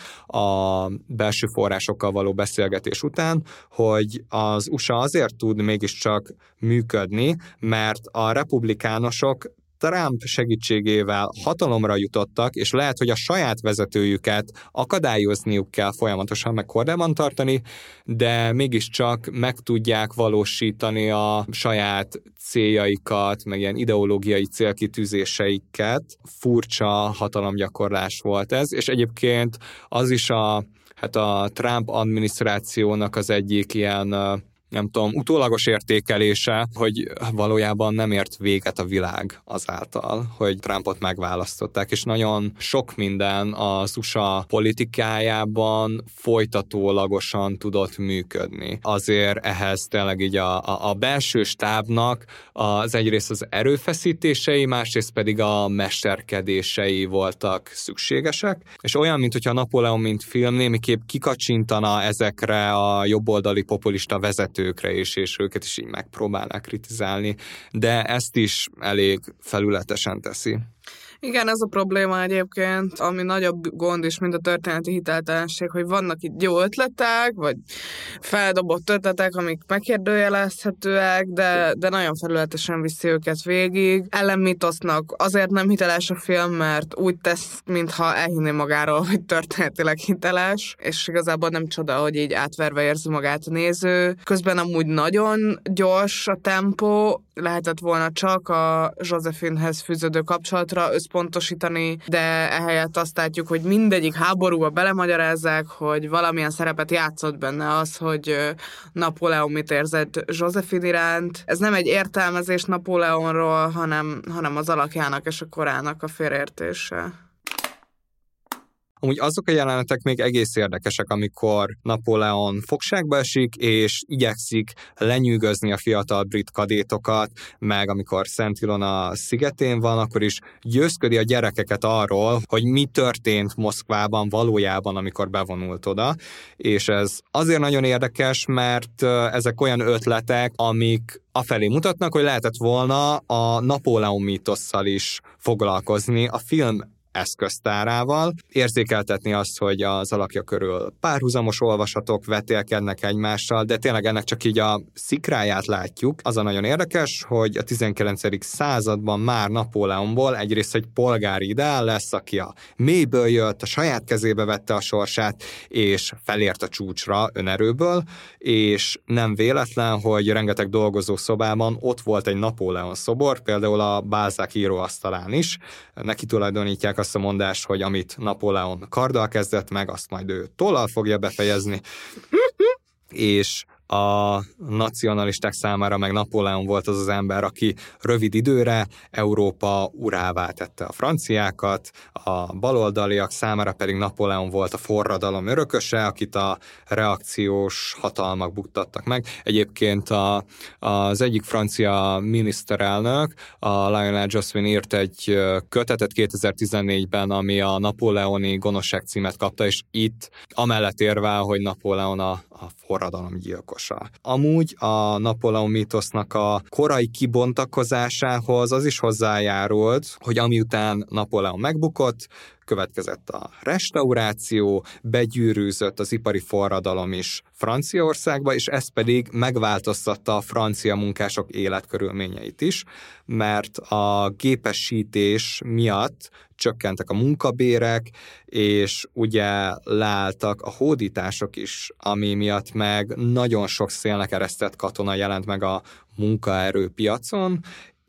a belső forrásokkal való beszélgetés után, hogy az u es á azért tud mégiscsak működni, mert a republikánusok Trump segítségével hatalomra jutottak, és lehet, hogy a saját vezetőjüket akadályozniuk kell folyamatosan meg kordában tartani, de mégiscsak meg tudják valósítani a saját céljaikat, meg ilyen ideológiai célkitűzéseiket. Furcsa hatalomgyakorlás volt ez, és egyébként az is a, hát a Trump adminisztrációnak az egyik ilyen nem tudom, utólagos értékelése, hogy valójában nem ért véget a világ azáltal, hogy Trumpot megválasztották, és nagyon sok minden az u es á politikájában folytatólagosan tudott működni. Azért ehhez tényleg így a, a, a belső stábnak az egyrészt az erőfeszítései, másrészt pedig a mesterkedései voltak szükségesek, és olyan, mint hogyha Napóleon mint film némiképp kikacsintana ezekre a jobboldali populista vezetőkre is, és őket is így megpróbálná kritizálni, de ezt is elég felületesen teszi. Igen, ez a probléma egyébként, ami nagyobb gond is, mint a történeti hiteltelenség, hogy vannak itt jó ötletek, vagy feldobott ötletek, amik megkérdőjelezhetőek, de, de nagyon felületesen viszi őket végig. Ellenmitosznak azért nem hiteles a film, mert úgy tesz, mintha elhinné magáról, hogy történetileg hiteles, és igazából nem csoda, hogy így átverve érzi magát a néző. Közben amúgy nagyon gyors a tempó, lehetett volna csak a Josephinehez fűződő kapcsolatra összpontosítani, de ehelyett azt látjuk, hogy mindegyik háborúba belemagyarázzák, hogy valamilyen szerepet játszott benne az, hogy Napóleon mit érzett Josephine iránt. Ez nem egy értelmezés Napóleonról, hanem, hanem az alakjának és a korának a félreértése. Amúgy azok a jelenetek még egész érdekesek, amikor Napóleon fogságba esik, és igyekszik lenyűgözni a fiatal brit kadétokat, meg amikor Szent Ilona szigetén van, akkor is győzködi a gyerekeket arról, hogy mi történt Moszkvában valójában, amikor bevonult oda, és ez azért nagyon érdekes, mert ezek olyan ötletek, amik afelé mutatnak, hogy lehetett volna a Napóleon mítosszal is foglalkozni a film eszköztárával, érzékeltetni azt, hogy az alakja körül párhuzamos olvasatok vetélkednek egymással, de tényleg ennek csak így a szikráját látjuk. Az a nagyon érdekes, hogy a tizenkilencedik században már Napóleonból egyrészt egy polgári ideál lesz, aki a mélyből jött, a saját kezébe vette a sorsát, és felért a csúcsra önerőből, és nem véletlen, hogy rengeteg dolgozó szobában ott volt egy Napóleon szobor, például a Balzac íróasztalán is. Neki tulajdonítják azt a mondást, hogy amit Napóleon karddal kezdett meg, azt majd ő tollal fogja befejezni, és a nacionalisták számára meg Napóleon volt az az ember, aki rövid időre Európa urává tette a franciákat, a baloldaliak számára pedig Napóleon volt a forradalom örököse, akit a reakciós hatalmak buktattak meg. Egyébként a, az egyik francia miniszterelnök, a Lionel Jospin írt egy kötetet kétezer-tizennégyben, ami a napóleoni gonoszság címet kapta, és itt amellett érvel, hogy Napóleon a, a forradalom gyilkos. Amúgy a Napóleon mítosznak a korai kibontakozásához az is hozzájárult, hogy amiután Napóleon megbukott, következett a restauráció, begyűrűzött az ipari forradalom is Franciaországba, és ez pedig megváltoztatta a francia munkások életkörülményeit is, mert a gépesítés miatt csökkentek a munkabérek, és ugye leálltak a hódítások is, ami miatt meg nagyon sok szélnek eresztett katona jelent meg a munkaerőpiacon,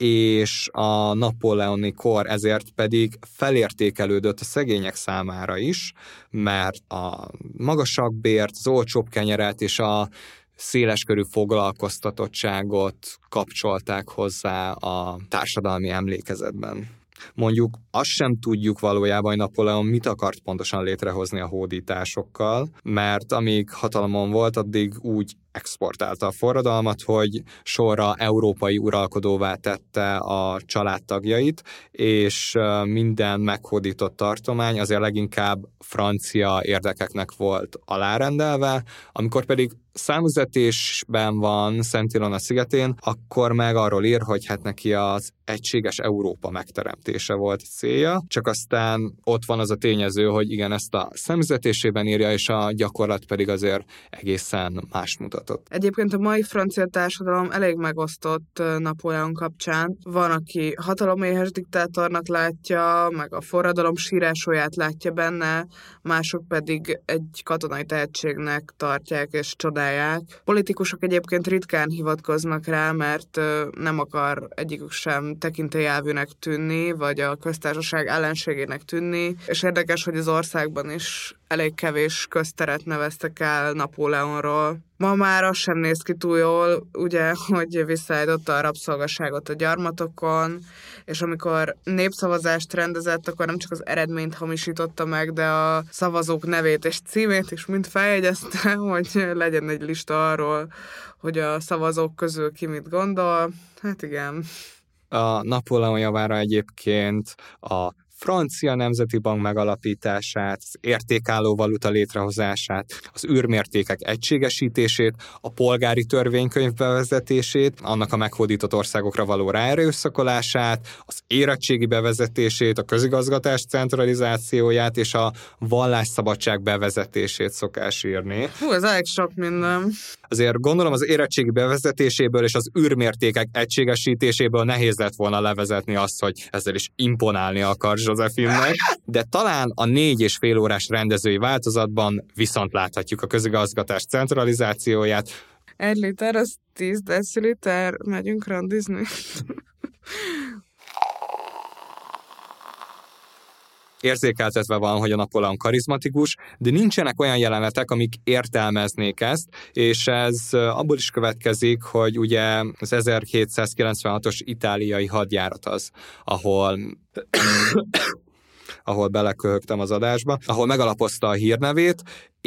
és a napóleoni kor ezért pedig felértékelődött a szegények számára is, mert a magasabb bért, az olcsóbb kenyeret és a széleskörű foglalkoztatottságot kapcsolták hozzá a társadalmi emlékezetben. Mondjuk azt sem tudjuk valójában, hogy Napóleon mit akart pontosan létrehozni a hódításokkal, mert amíg hatalmon volt, addig úgy exportálta a forradalmat, hogy sorra európai uralkodóvá tette a családtagjait, és minden meghódított tartomány azért leginkább francia érdekeknek volt alárendelve, amikor pedig számüzetésben van Szent Ilona szigetén, akkor meg arról ír, hogy hát neki az egységes Európa megteremtése volt célja, csak aztán ott van az a tényező, hogy igen, ezt a számüzetésében írja, és a gyakorlat pedig azért egészen más mutatott. Egyébként a mai francia társadalom elég megosztott Napóleon kapcsán. Van, aki hataloméhes diktátornak látja, meg a forradalom sírásóját látja benne, mások pedig egy katonai tehetségnek tartják és csodálják. Politikusok egyébként ritkán hivatkoznak rá, mert nem akar egyikük sem tekintélyelvűnek tűnni, vagy a köztársaság ellenségének tűnni, és érdekes, hogy az országban is elég kevés közteret neveztek el Napóleonról. Ma már az sem néz ki túl jól, ugye, hogy visszaállította a rabszolgaságot a gyarmatokon, és amikor népszavazást rendezett, akkor nem csak az eredményt hamisította meg, de a szavazók nevét és címét is mind feljegyezte, hogy legyen egy lista arról, hogy a szavazók közül ki mit gondol. Hát igen. A Napóleon javára egyébként a Francia Nemzeti Bank megalapítását, az értékálló valuta létrehozását, az űrmértékek egységesítését, a polgári törvénykönyv bevezetését, annak a meghódított országokra való ráerőszakolását, az érettségi bevezetését, a közigazgatás centralizációját és a vallásszabadság bevezetését szokás írni. Hú, ez elég sok minden. Azért gondolom az érettségi bevezetéséből és az űrmértékek egységesítéséből nehéz lett volna levezetni azt, hogy ezzel is imponálni akar Josephine-nek, de talán a négy és fél órás rendezői változatban viszont láthatjuk a közigazgatás centralizációját. Egy liter, az tíz deciliter, megyünk randizni. Érzékeltetve van, hogy a Napóleon karizmatikus, de nincsenek olyan jelenetek, amik értelmeznék ezt, és ez abból is következik, hogy ugye az ezerhétszázkilencvenhatos itáliai hadjárat az, ahol... ahol beleköhögtem az adásba, ahol megalapozta a hírnevét,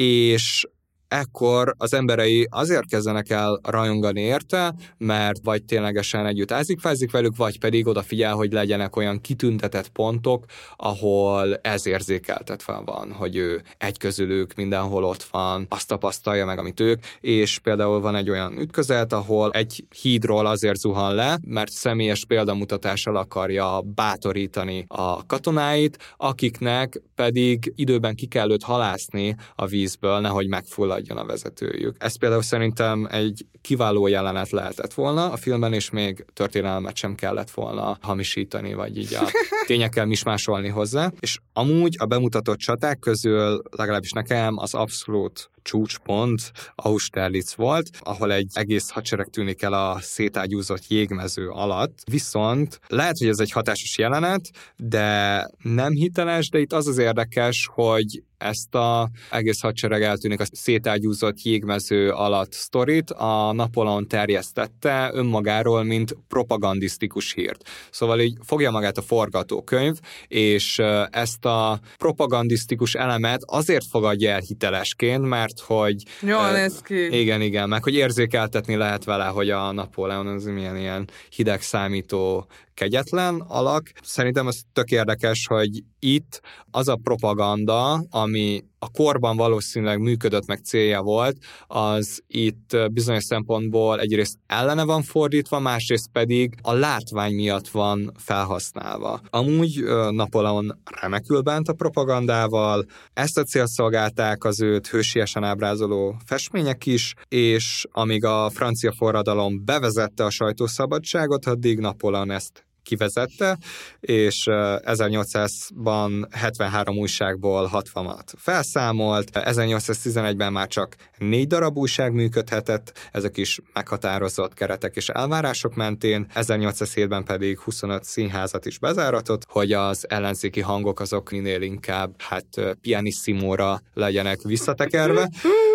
és ekkor az emberei azért kezdenek el rajongani érte, mert vagy ténylegesen együtt ázik-fázik velük, vagy pedig odafigyel, hogy legyenek olyan kitüntetett pontok, ahol ez érzékeltetve van, hogy ő egy közülük mindenhol ott van, azt tapasztalja meg, amit ők, és például van egy olyan ütközet, ahol egy hídról azért zuhan le, mert személyes példamutatással akarja bátorítani a katonáit, akiknek pedig időben ki kell őt halászni a vízből, nehogy megfulladjon a vezetőjük. Ez például szerintem egy kiváló jelenet lehetett volna a filmben, és még történelmet sem kellett volna hamisítani, vagy így a tényekkel mismásolni hozzá. És amúgy a bemutatott csaták közül legalábbis nekem az abszolút csúcspont Austerlitz volt, ahol egy egész hadsereg tűnik el a szétágyúzott jégmező alatt. Viszont lehet, hogy ez egy hatásos jelenet, de nem hiteles, de itt az az érdekes, hogy ezt a egész hadsereg eltűnik a szétágyúzott jégmező alatt sztorit a Napóleon terjesztette önmagáról, mint propagandisztikus hírt. Szóval így fogja magát a forgatókönyv, és ezt a propagandisztikus elemet azért fogadja el hitelesként, mert hogy... Jól néz ki. Igen, igen, meg hogy érzékeltetni lehet vele, hogy a Napóleon az milyen ilyen hideg számító kegyetlen alak. Szerintem az tök érdekes, hogy itt az a propaganda, ami a korban valószínűleg működött, meg célja volt, az itt bizonyos szempontból egyrészt ellene van fordítva, másrészt pedig a látvány miatt van felhasználva. Amúgy Napóleon remekül bánt a propagandával, ezt a célt szolgálták az őt hősiesen ábrázoló festmények is, és amíg a francia forradalom bevezette a sajtószabadságot, addig Napóleon ezt kivezette, és ezernyolcszázban hetvenhárom újságból hatvanat felszámolt, ezernyolcszáztizenegyben már csak négy darab újság működhetett, ezek is meghatározott keretek és elvárások mentén, ezernyolcszázhétben pedig huszonöt színházat is bezáratott, hogy az ellenzéki hangok azok minél inkább hát pianisssimóra legyenek visszatekerve.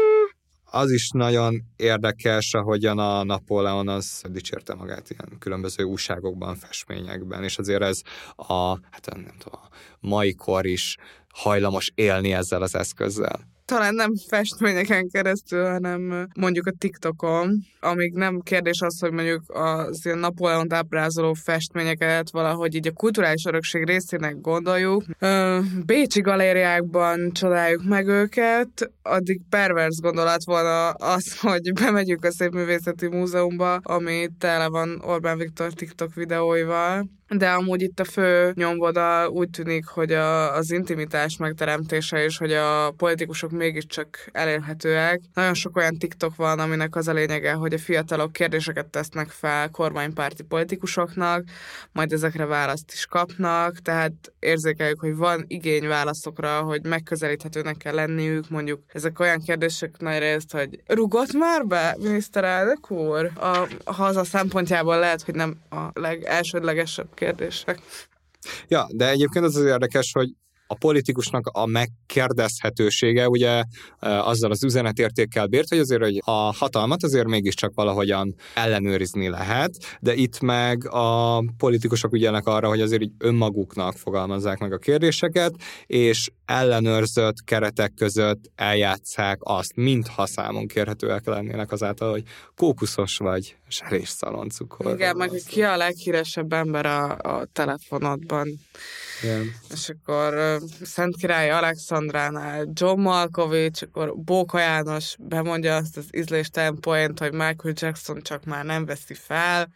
Az is nagyon érdekes, ahogyan a Napóleon az dicsérte magát ilyen különböző újságokban, festményekben, és azért ez a, hát nem tudom, a mai kor is hajlamos élni ezzel az eszközzel. Talán nem festményeken keresztül, hanem mondjuk a TikTokon, amíg nem kérdés az, hogy mondjuk az ilyen Napóleont ábrázoló festményeket valahogy így a kulturális örökség részének gondoljuk. Bécsi galériákban csodáljuk meg őket, addig pervers gondolat volna az, hogy bemegyünk a Szépművészeti Múzeumba, ami tele van Orbán Viktor TikTok videóival. De amúgy itt a fő nyomvonal úgy tűnik, hogy a, az intimitás megteremtése és hogy a politikusok mégiscsak elérhetőek. Nagyon sok olyan TikTok van, aminek az a lényege, hogy a fiatalok kérdéseket tesznek fel kormánypárti politikusoknak, majd ezekre választ is kapnak, tehát érzékeljük, hogy van igény válaszokra, hogy megközelíthetőnek kell lenniük, mondjuk ezek olyan kérdések nagy részt, hogy rugott már be, miniszterelnök úr? A, a haza szempontjából lehet, hogy nem a legelsődlegesebb kérdések. Ja, de egyébként az az érdekes, hogy a politikusnak a megkérdezhetősége ugye azzal az üzenetértékkel bírt, hogy azért, hogy a hatalmat azért mégiscsak valahogyan ellenőrizni lehet, de itt meg a politikusok ügyelnek arra, hogy azért így önmaguknak fogalmazzák meg a kérdéseket, és ellenőrzött keretek között eljátsszák azt, mintha számon kérhetőek lennének azáltal, hogy kókuszos vagy, zselés szaloncukor. Igen, meg hogy ki a leghíresebb ember a, a telefonodban. Igen. És akkor uh, Szentkirály Alexandránál John Malkovich, akkor Bóka János bemondja azt az ízléstelen poént, hogy Michael Jackson csak már nem veszi fel.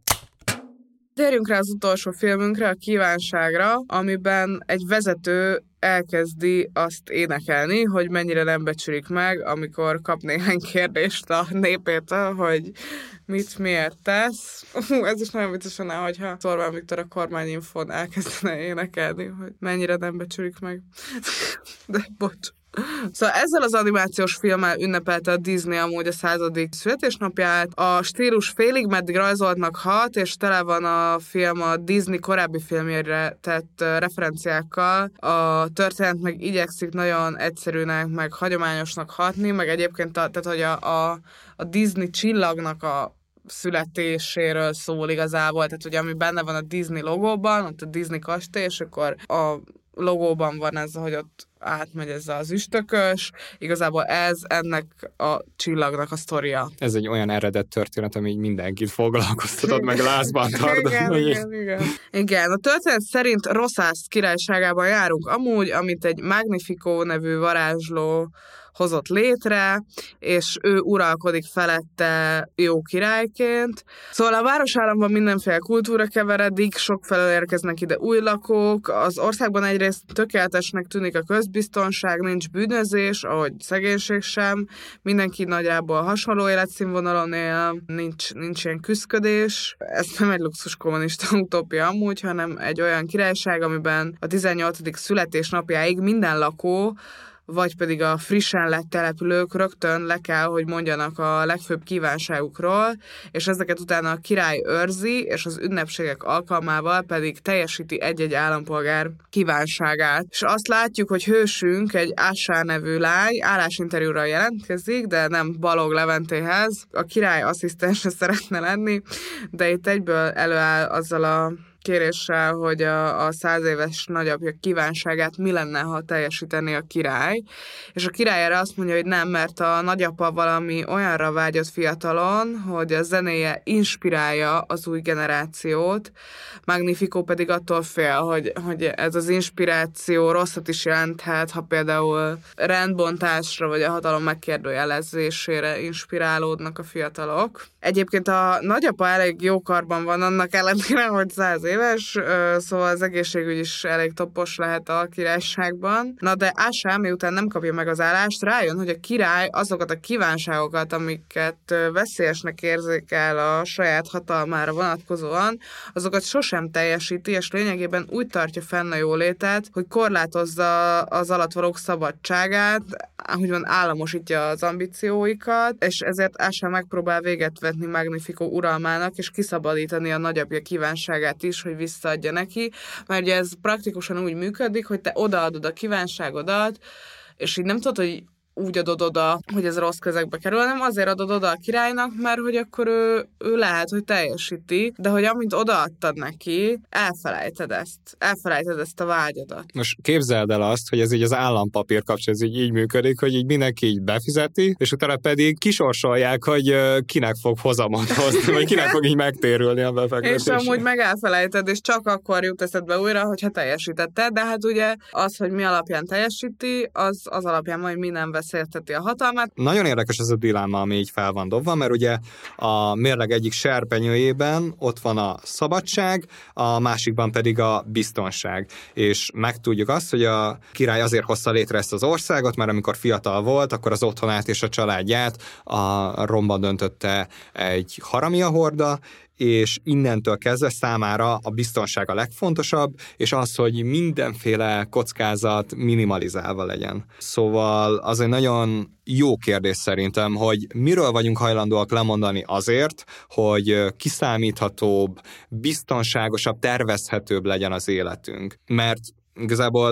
Térjünk rá az utolsó filmünkre, a Kívánságra, amiben egy vezető elkezdi azt énekelni, hogy mennyire nem becsülik meg, amikor kap néhány kérdést a népétől, hogy mit miért tesz. Uh, ez is nagyon vicces lenne, hogyha Orbán Viktor a kormányinfón elkezdene énekelni, hogy mennyire nem becsülik meg. De bocs. Szóval ezzel az animációs filmmel ünnepelte a Disney amúgy a századik születésnapját. A stílus félig meddig rajzoltnak hat, és tele van a film a Disney korábbi filmjére tett referenciákkal. A történet meg igyekszik nagyon egyszerűnek, meg hagyományosnak hatni, meg egyébként a, tehát, hogy a, a, a Disney csillagnak a születéséről szól igazából, tehát ugye ami benne van a Disney logóban, ott a Disney kastély, és akkor a logóban van ez, hogy ott átmegy ez az üstökös. Igazából ez ennek a csillagnak a sztoria. Ez egy olyan eredet történet, ami mindenkit foglalkoztatod, meg lázban tart. Igen, igen, igen. Igen, a történet szerint Roszász királyságában járunk amúgy, amit egy Magnifico nevű varázsló hozott létre, és ő uralkodik felette jó királyként. Szóval a városállamban mindenféle kultúra keveredik, sokfelől érkeznek ide új lakók, az országban egyrészt tökéletesnek tűnik a közbiztonság, nincs bűnözés, ahogy szegénység sem, mindenki nagyjából hasonló életszínvonalon él, nincs, nincs ilyen küszködés. Ez nem egy luxus kommunista utópia amúgy, hanem egy olyan királyság, amiben a tizennyolcadik születésnapjáig minden lakó vagy pedig a frissen lett települők rögtön le kell, hogy mondjanak a legfőbb kívánságukról, és ezeket utána a király őrzi, és az ünnepségek alkalmával pedig teljesíti egy-egy állampolgár kívánságát. És azt látjuk, hogy hősünk, egy Ásá nevű lány állásinterjúra jelentkezik, de nem Balog Leventéhez. A király asszisztense szeretne lenni, de itt egyből előáll azzal a kéréssel, hogy a, a száz éves nagyapja kívánságát mi lenne, ha teljesítené a király. És a király erre azt mondja, hogy nem, mert a nagyapa valami olyanra vágyott fiatalon, hogy a zenéje inspirálja az új generációt. Magnifico pedig attól fél, hogy, hogy ez az inspiráció rosszat is jelenthet, ha például rendbontásra vagy a hatalom megkérdőjelezésére inspirálódnak a fiatalok. Egyébként a nagyapa elég jó karban van, annak ellenére, hogy száz éves, szóval az egészségügy is elég toppos lehet a királyságban. Na de Ásá, miután nem kapja meg az állást, rájön, hogy a király azokat a kívánságokat, amiket veszélyesnek érzékel a saját hatalmára vonatkozóan, azokat sosem teljesíti, és lényegében úgy tartja fenn a jólétet, hogy korlátozza az alattvalók szabadságát, úgymond államosítja az ambícióikat, és ezért Ásá megpróbál véget vetni Magnifico uralmának, és kiszabadítani a nagyapja kívánságát is, hogy visszaadja neki, mert ugye ez praktikusan úgy működik, hogy te odaadod a kívánságodat, és így nem tudod, hogy úgy adod oda, hogy ez rossz kezekbe kerül, hanem azért adod oda a királynak, mert hogy akkor ő, ő lehet, hogy teljesíti, de hogy amint odaadtad neki, elfelejted ezt. Elfelejted ezt a vágyadat. Most képzeld el azt, hogy ez így az állampapír kapcsán így, így működik, hogy így mindenki így befizeti, és utána pedig kisorsolják, hogy kinek fog hozamot hozni, vagy kinek fog így megtérülni a befektetés. És amúgy meg elfelejted, és csak akkor jut eszedbe újra, hogyha teljesítetted, de hát ugye az, hogy mi alapján teljesíti, az, az alapján majd mi nem veszélyezteti a hatalmát. Nagyon érdekes ez a dilemma, ami így fel van dobva, mert ugye a mérleg egyik serpenyőjében ott van a szabadság, a másikban pedig a biztonság. És megtudjuk azt, hogy a király azért hozta létre ezt az országot, mert amikor fiatal volt, akkor az otthonát és a családját a romba döntötte egy haramia horda, és innentől kezdve számára a biztonság a legfontosabb, és az, hogy mindenféle kockázat minimalizálva legyen. Szóval az egy nagyon jó kérdés szerintem, hogy miről vagyunk hajlandóak lemondani azért, hogy kiszámíthatóbb, biztonságosabb, tervezhetőbb legyen az életünk. Mert igazából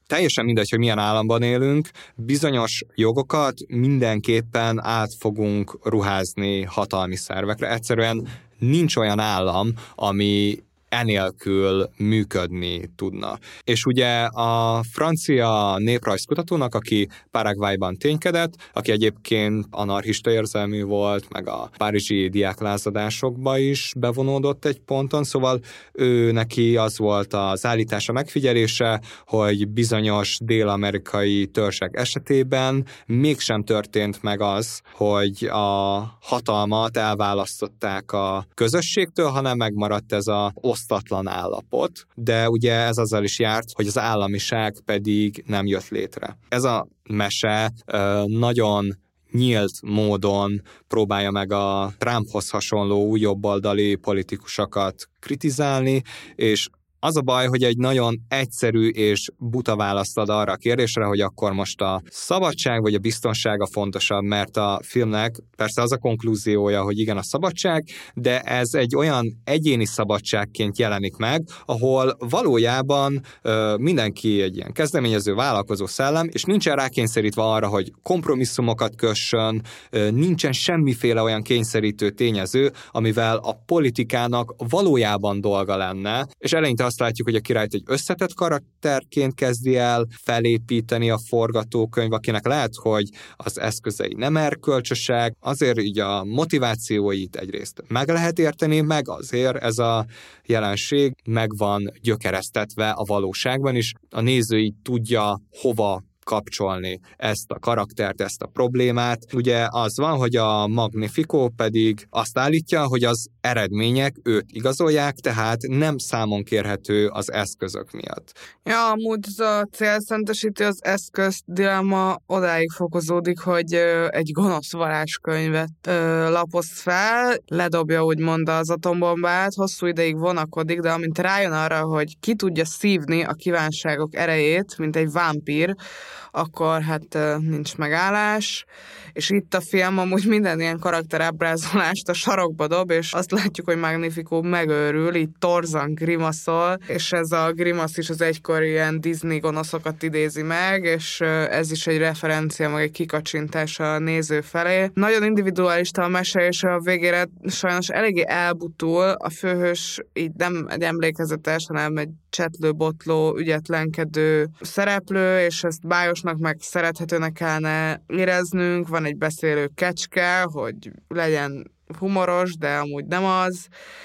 teljesen mindegy, hogy milyen államban élünk, bizonyos jogokat mindenképpen át fogunk ruházni hatalmi szervekre. Egyszerűen nincs olyan állam, ami enélkül működni tudna. És ugye a francia néprajzkutatónak, aki Paraguayban ténykedett, aki egyébként anarchista érzelmű volt, meg a párizsi diáklázadásokba is bevonódott egy ponton, szóval ő neki az volt az állítása, megfigyelése, hogy bizonyos dél-amerikai törzsek esetében mégsem történt meg az, hogy a hatalmat elválasztották a közösségtől, hanem megmaradt ez a osztatlan állapot, de ugye ez azzal is járt, hogy az államiság pedig nem jött létre. Ez a mese nagyon nyílt módon próbálja meg a Trumphoz hasonló jobboldali politikusokat kritizálni, és az a baj, hogy egy nagyon egyszerű és buta választ ad arra a kérdésre, hogy akkor most a szabadság vagy a biztonsága fontosabb, mert a filmnek persze az a konklúziója, hogy igen, a szabadság, de ez egy olyan egyéni szabadságként jelenik meg, ahol valójában ö, mindenki egy ilyen kezdeményező, vállalkozó szellem, és nincsen rákényszerítve arra, hogy kompromisszumokat kössön, ö, nincsen semmiféle olyan kényszerítő tényező, amivel a politikának valójában dolga lenne, és eleinte azt látjuk, hogy a királyt egy összetett karakterként kezdi el felépíteni a forgatókönyv, akinek lehet, hogy az eszközei nem erkölcsösek, azért így a motivációit egyrészt meg lehet érteni, meg azért ez a jelenség meg van gyökeresztetve a valóságban is. A néző így tudja hova kapcsolni ezt a karaktert, ezt a problémát. Ugye az van, hogy a Magnifico pedig azt állítja, hogy az eredmények őt igazolják, tehát nem számon kérhető az eszközök miatt. Ja, amúgy az a célszentesíti az eszköz dilemma odáig fokozódik, hogy ö, egy gonosz varázskönyvet ö, lapoz fel, ledobja úgymond az atombombát, hosszú ideig vonakodik, de amint rájön arra, hogy ki tudja szívni a kívánságok erejét, mint egy vámpír, akkor hát nincs megállás, és itt a film amúgy minden ilyen karakterábrázolást a sarokba dob, és azt látjuk, hogy Magnifico megőrül, így torzan grimaszol, és ez a grimasz is az egykor ilyen Disney gonoszokat idézi meg, és ez is egy referencia, meg egy kikacsintás a néző felé. Nagyon individualista a mese, és a végére sajnos eléggé elbutul, a főhős így nem egy emlékezetes, hanem egy csetlő-botló, ügyetlenkedő szereplő, és ezt bájosnak meg szerethetőnek kellene éreznünk, van egy beszélő kecske, hogy legyen humoros, de amúgy nem az,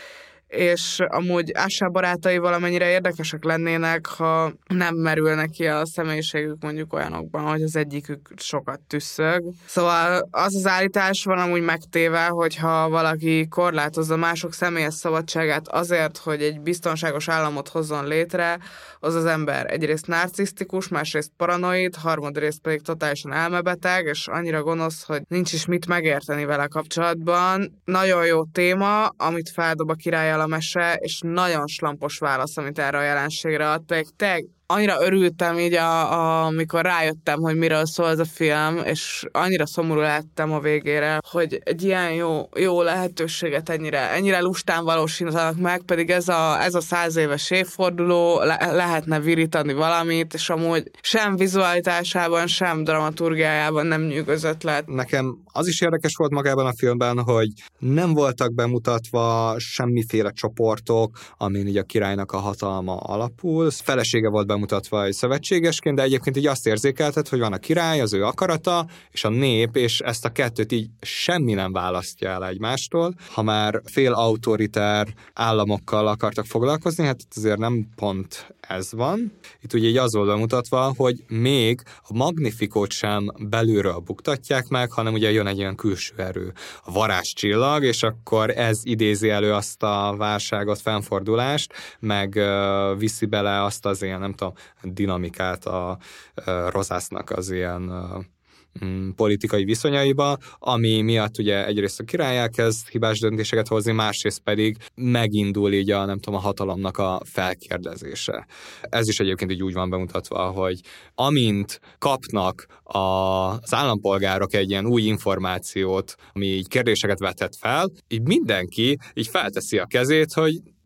és amúgy Asha barátai valamennyire érdekesek lennének, ha nem merülnek ki a személyiségük mondjuk olyanokban, hogy az egyikük sokat tüsszög. Szóval az az állítás van amúgy megtéve, hogyha valaki korlátozza mások személyes szabadságát azért, hogy egy biztonságos államot hozzon létre, az az ember egyrészt narcisztikus, másrészt paranoid, harmadrészt pedig totálisan elmebeteg, és annyira gonosz, hogy nincs is mit megérteni vele kapcsolatban. Nagyon jó téma, amit feldob a királyjal a mese, és nagyon slampos válasz, amit erre a jelenségre ad, pedig te annyira örültem így, a, a, amikor rájöttem, hogy miről szól ez a film, és annyira szomorú lettem a végére, hogy egy ilyen jó, jó lehetőséget ennyire, ennyire lustán valósítanak meg, pedig ez a, ez a száz éves évforduló, le, lehetne virítani valamit, és amúgy sem vizualitásában, sem dramaturgiájában nem nyűgözött lett. Nekem az is érdekes volt magában a filmben, hogy nem voltak bemutatva semmiféle csoportok, amin így a királynak a hatalma alapul. Felesége volt bemutatva egy szövetségesként, de egyébként így azt érzékeltet, hogy van a király, az ő akarata, és a nép, és ezt a kettőt így semmi nem választja el egymástól. Ha már fél autoritár államokkal akartak foglalkozni, hát itt azért nem pont ez van. Itt ugye így az volt bemutatva, hogy még a Magnificót sem belülről buktatják meg, hanem ugye jön egy ilyen külső erő, a varázscsillag, és akkor ez idézi elő azt a válságot, fennfordulást, meg uh, viszi bele azt az ilyen, nem tudom, dinamikát a uh, Rosásznak az ilyen uh, politikai viszonyaiba, ami miatt ugye egyrészt a király elkezd hibás döntéseket hozni, másrészt pedig megindul így a, nem tudom, a hatalomnak a felkérdezése. Ez is egyébként így úgy van bemutatva, hogy amint kapnak a, az állampolgárok egy ilyen új információt, ami így kérdéseket vethet fel, így mindenki így felteszi a kezét, hogy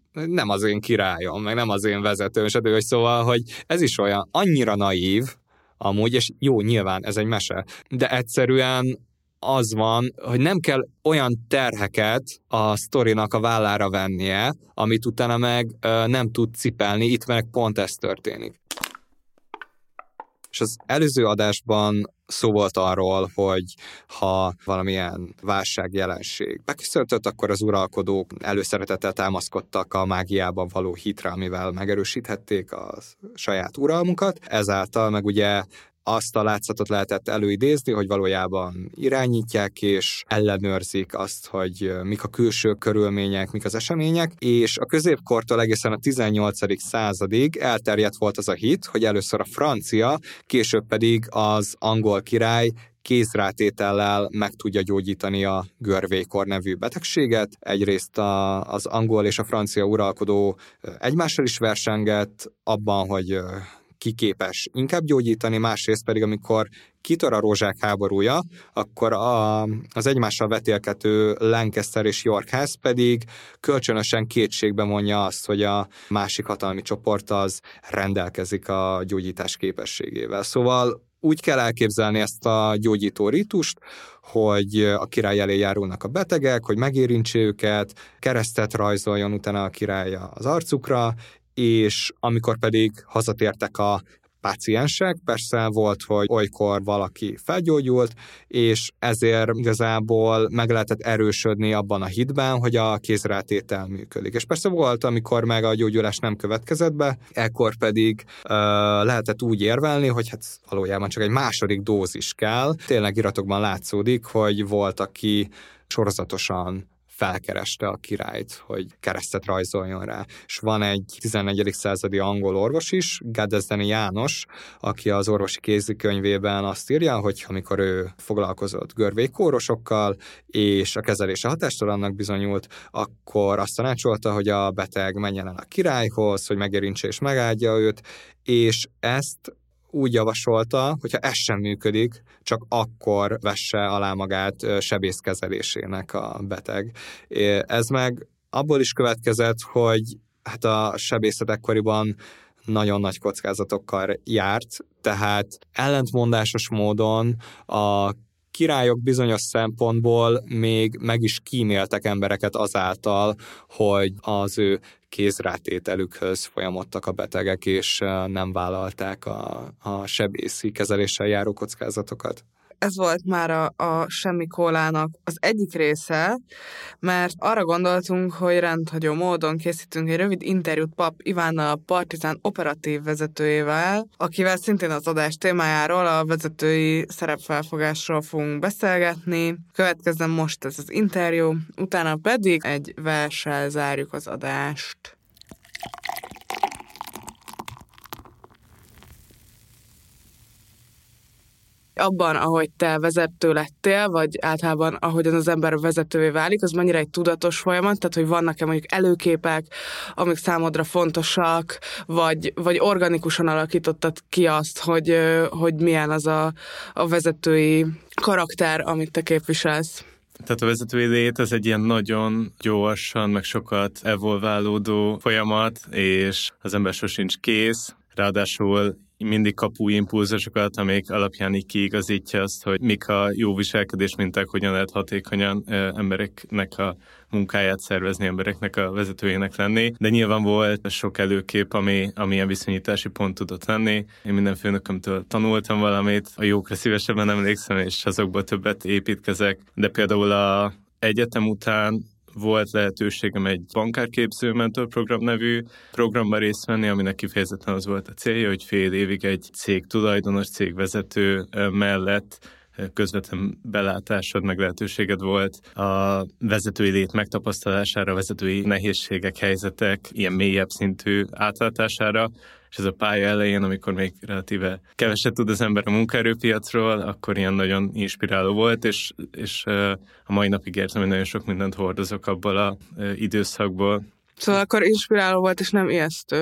nem az én királyom, meg nem az én vezetőm, stb. Szóval, hogy ez is olyan annyira naív, amúgy, és jó, nyilván ez egy mese, de egyszerűen az van, hogy nem kell olyan terheket a sztorinak a vállára vennie, amit utána meg ö, nem tud cipelni, itt meg pont ez történik. És az előző adásban szó volt arról, hogy ha valamilyen válságjelenség beköszöntött, akkor az uralkodók előszeretettel támaszkodtak a mágiában való hitre, amivel megerősíthették a saját uralmukat. Ezáltal meg ugye azt a látszatot lehetett előidézni, hogy valójában irányítják és ellenőrzik azt, hogy mik a külső körülmények, mik az események, és a középkortól egészen a tizennyolcadik századig elterjedt volt az a hit, hogy először a francia, később pedig az angol király kézrátétellel meg tudja gyógyítani a görvékor nevű betegséget. Egyrészt a, az angol és a francia uralkodó egymással is versengett abban, hogy ki képes inkább gyógyítani, másrészt pedig, amikor kitör a rózsák háborúja, akkor a, az egymással vetélkedő Lancaster és York ház pedig kölcsönösen kétségbe mondja azt, hogy a másik hatalmi csoport az rendelkezik a gyógyítás képességével. Szóval úgy kell elképzelni ezt a gyógyító ritust, hogy a király elé járulnak a betegek, hogy megérintse őket, keresztet rajzoljon utána a király az arcukra, és amikor pedig hazatértek a páciensek, persze volt, hogy olykor valaki felgyógyult, és ezért igazából meg lehetett erősödni abban a hitben, hogy a kézrátétel működik. És persze volt, amikor meg a gyógyulás nem következett be, ekkor pedig uh, lehetett úgy érvelni, hogy hát valójában csak egy második dózis kell. Tényleg iratokban látszódik, hogy volt, aki sorozatosan felkereste a királyt, hogy keresztet rajzoljon rá. És van egy tizennegyedik századi angol orvos is, Gaddesdeni János, aki az orvosi kézikönyvében azt írja, hogy amikor ő foglalkozott görvékórosokkal, és a kezelése hatástalannak bizonyult, akkor azt tanácsolta, hogy a beteg menjen el a királyhoz, hogy megérintse és megáldja őt, és ezt úgy javasolta, hogyha ez sem működik, csak akkor vesse alá magát sebészkezelésének a beteg. Ez meg abból is következett, hogy hát a sebészet ekkoriban nagyon nagy kockázatokkal járt, tehát ellentmondásos módon a királyok bizonyos szempontból még meg is kíméltek embereket azáltal, hogy az ő kézrátételükhöz folyamodtak a betegek, és nem vállalták a, a sebészi kezeléssel járó kockázatokat. Ez volt már a, a Semmi Kólának az egyik része, mert arra gondoltunk, hogy rendhagyó módon készítünk egy rövid interjút Pap Ivánnal, a Partizán operatív vezetőjével, akivel szintén az adás témájáról, a vezetői szerepfelfogásról fogunk beszélgetni. Következzen most ez az interjú, utána pedig egy verssel zárjuk az adást. Abban, ahogy te vezető lettél, vagy általában ahogyan az ember vezetővé válik, az mennyire egy tudatos folyamat, tehát hogy vannak-e mondjuk előképek, amik számodra fontosak, vagy, vagy organikusan alakítottad ki azt, hogy, hogy milyen az a, a vezetői karakter, amit te képviselsz? Tehát a vezetői lét az egy ilyen nagyon gyorsan, meg sokat evolválódó folyamat, és az ember sosincs kész, ráadásul mindig kap új impulzusokat, amik alapján így kiigazítja azt, hogy mik a jó viselkedés minták, hogyan lehet hatékonyan ö, embereknek a munkáját szervezni, embereknek a vezetőjének lenni. De nyilván volt sok előkép, ami, ami ilyen viszonyítási pont tudott lenni. Én minden főnökömtől tanultam valamit, a jókra szívesebben emlékszem, és azokból többet építkezek. De például a egyetem után volt lehetőségem egy bankárképző mentorprogram nevű programban részt venni, aminek kifejezetten az volt a célja, hogy fél évig egy cég tulajdonos, cégvezető mellett közvetlen belátásod, meg lehetőséged volt a vezetői lét megtapasztalására, a vezetői nehézségek, helyzetek, ilyen mélyebb szintű átlátására, és ez a pálya elején, amikor még relatíve keveset tud az ember a munkaerőpiacról, akkor ilyen nagyon inspiráló volt, és, és a mai napig érzem, hogy nagyon sok mindent hordozok abból az időszakból. Szóval akkor inspiráló volt, és nem ijesztő.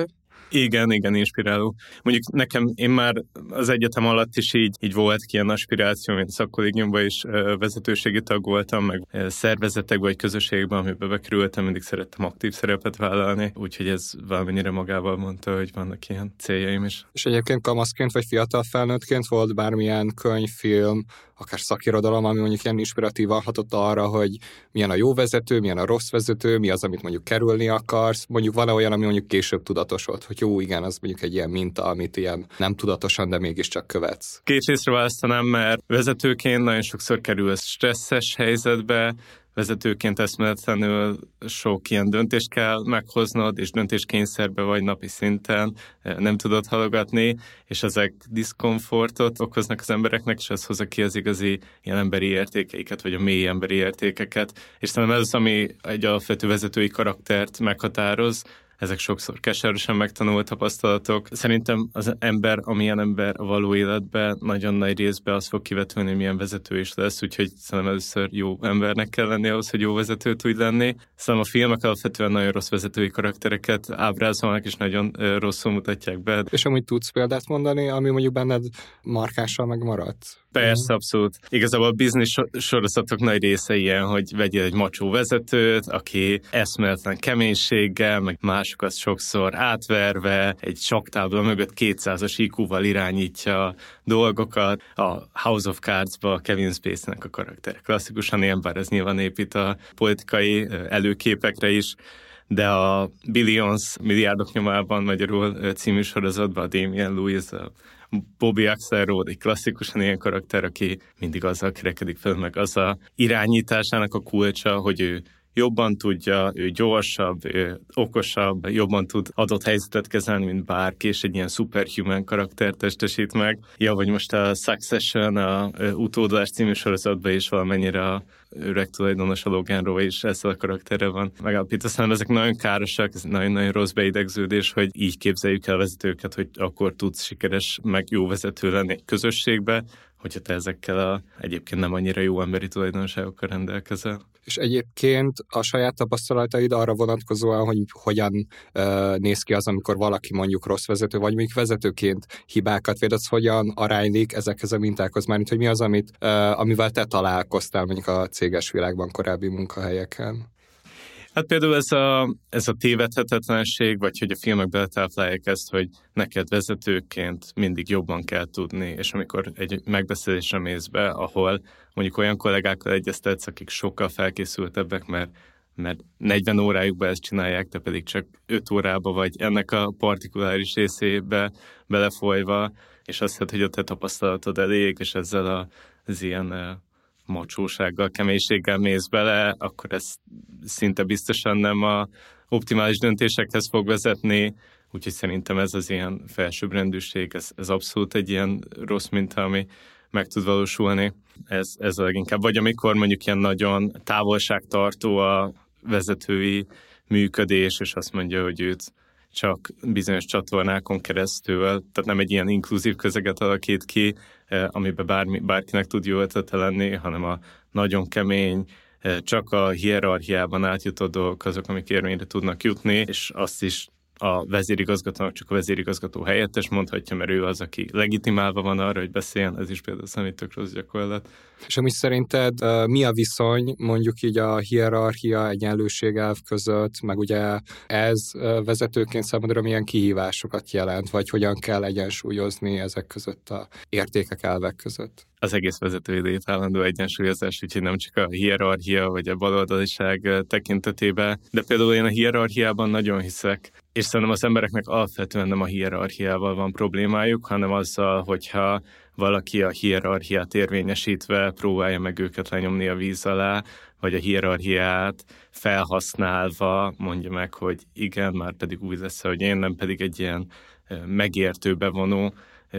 Igen, igen, inspiráló. Mondjuk nekem, én már az egyetem alatt is így, így volt ki ilyen aspiráció, mint szakkollégiumban is vezetőségi tag voltam, meg szervezetekben vagy közösségben, amiben bekerültem, mindig szerettem aktív szerepet vállalni, úgyhogy ez valamennyire magával mondta, hogy vannak ilyen céljaim is. És egyébként kamaszként vagy fiatal felnőttként volt bármilyen könyv, film, akár szakirodalom, ami mondjuk ilyen inspiratívan hatott arra, hogy milyen a jó vezető, milyen a rossz vezető, mi az, amit mondjuk kerülni akarsz. Mondjuk van olyan, ami mondjuk később tudatosult, hogy jó, igen, az mondjuk egy ilyen minta, amit ilyen nem tudatosan, de mégiscsak követsz. Két részre választanám, mert vezetőként nagyon sokszor kerülsz stresszes helyzetbe, vezetőként eszméletlenül sok ilyen döntést kell meghoznod, és döntéskényszerbe vagy napi szinten, nem tudod halogatni, és ezek diszkomfortot okoznak az embereknek, és ez hozza ki az igazi ilyen emberi értékeiket, vagy a mély emberi értékeket. És szerintem ez az, ami egy alapvető vezetői karaktert meghatároz. Ezek sokszor keserűsen megtanult tapasztalatok. Szerintem az ember, amilyen ember a való életben, nagyon nagy részben az fog kivetülni, hogy milyen vezető is lesz, úgyhogy szerintem először jó embernek kell lenni ahhoz, hogy jó vezető tudj lenni. Szerintem a filmek alapvetően nagyon rossz vezetői karaktereket ábrázolnak, és nagyon rosszul mutatják be. És amúgy tudsz példát mondani, ami mondjuk benned markással megmaradt? Persze, abszolút. Igazából a biznisz sorozatok nagy része ilyen, hogy vegyél egy macsó vezetőt, aki eszméletlen keménységgel, meg másokat sokszor átverve, egy sakktábla mögött kétszázas í kúval irányítja dolgokat. A House of Cards-ba Kevin Spacey-nek a karakter klasszikusan ilyen, bár ez nyilván épít a politikai előképekre is, de a Billions, milliárdok nyomában magyarul című sorozatban a Damian Lewis, a Bobby Axelrod, egy klasszikusan ilyen karakter, aki mindig azzal kerekedik fel, meg az a irányításának a kulcsa, hogy ő jobban tudja, ő gyorsabb, ő okosabb, jobban tud adott helyzetet kezelni, mint bárki, és egy ilyen superhuman karaktert testesít meg. Ja, vagy most a Succession, a Utódolás című sorozatban is valamennyire a öreg tulajdonos a Logan Roy is ezzel a karakterrel van megállapítva. Aztán ezek nagyon károsak, ez nagyon-nagyon rossz beidegződés, hogy így képzeljük el vezetőket, hogy akkor tudsz sikeres, meg jó vezető lenni egy közösségbe, hogyha te ezekkel a egyébként nem annyira jó emberi tulajdonságokkal rendelkezel. És egyébként a saját tapasztalataid arra vonatkozóan, hogy hogyan uh, néz ki az, amikor valaki mondjuk rossz vezető, vagy mondjuk vezetőként hibákat véd, az hogyan aránylik ezekhez a mintákhoz, mármint, hogy mi az, amit, uh, amivel te találkoztál mondjuk a céges világban korábbi munkahelyeken? Hát például ez a, ez a tévedhetetlenség, vagy hogy a filmek beletáplálják ezt, hogy neked vezetőként mindig jobban kell tudni, és amikor egy megbeszélésre mész be, ahol mondjuk olyan kollégákkal egyeztetsz, akik sokkal felkészültebbek, mert, mert negyven órájukban ezt csinálják, te pedig csak öt órába vagy ennek a partikuláris részébe belefolyva, és azt hiszed, hogy a te tapasztalatod elég, és ezzel a, az ilyen macsósággal, keménységgel mész bele, akkor ez szinte biztosan nem a optimális döntésekhez fog vezetni, úgyhogy szerintem ez az ilyen felsőbbrendűség, ez, ez abszolút egy ilyen rossz minta, ami meg tud valósulni. Ez, ez a leginkább. Vagy amikor mondjuk ilyen nagyon távolságtartó a vezetői működés, és azt mondja, hogy őt csak bizonyos csatornákon keresztül, tehát nem egy ilyen inkluzív közeget alakít ki, amiben bármi, bárkinek tud jó ötlete lenni, hanem a nagyon kemény, csak a hierarchiában átjutott dolgok azok, amik érvényre tudnak jutni, és azt is a vezérigazgatónak csak a vezérigazgató helyettes mondhatja, mert ő az, aki legitimálva van arra, hogy beszéljen, ez is például számít tök rossz gyakorlat. És ami szerinted mi a viszony mondjuk így a hierarchia, egyenlőségelv között, meg ugye ez vezetőként számodra milyen kihívásokat jelent, vagy hogyan kell egyensúlyozni ezek között a értékek, elvek között? Az egész vezetői lét állandó egyensúlyozás, úgyhogy nem csak a hierarchia vagy a baloldaliság tekintetében, de például én a hierarchiában nagyon hiszek, és szerintem az embereknek alapvetően nem a hierarchiával van problémájuk, hanem azzal, hogyha valaki a hierarchiát érvényesítve próbálja meg őket lenyomni a víz alá, vagy a hierarchiát felhasználva mondja meg, hogy igen, már pedig úgy lesz, hogy én nem, pedig egy ilyen megértő, bevonó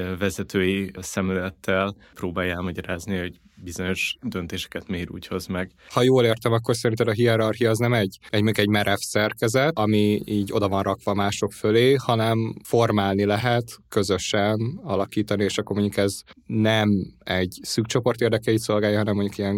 vezetői szemlélettel próbálja elmagyarázni, hogy bizonyos döntéseket miért úgy hoz meg. Ha jól értem, akkor szerinted a hierarchia az nem egy, egy, egy merev szerkezet, ami így oda van rakva mások fölé, hanem formálni lehet, közösen alakítani, és akkor mondjuk ez nem egy szűk csoport érdekeit szolgálja, hanem mondjuk ilyen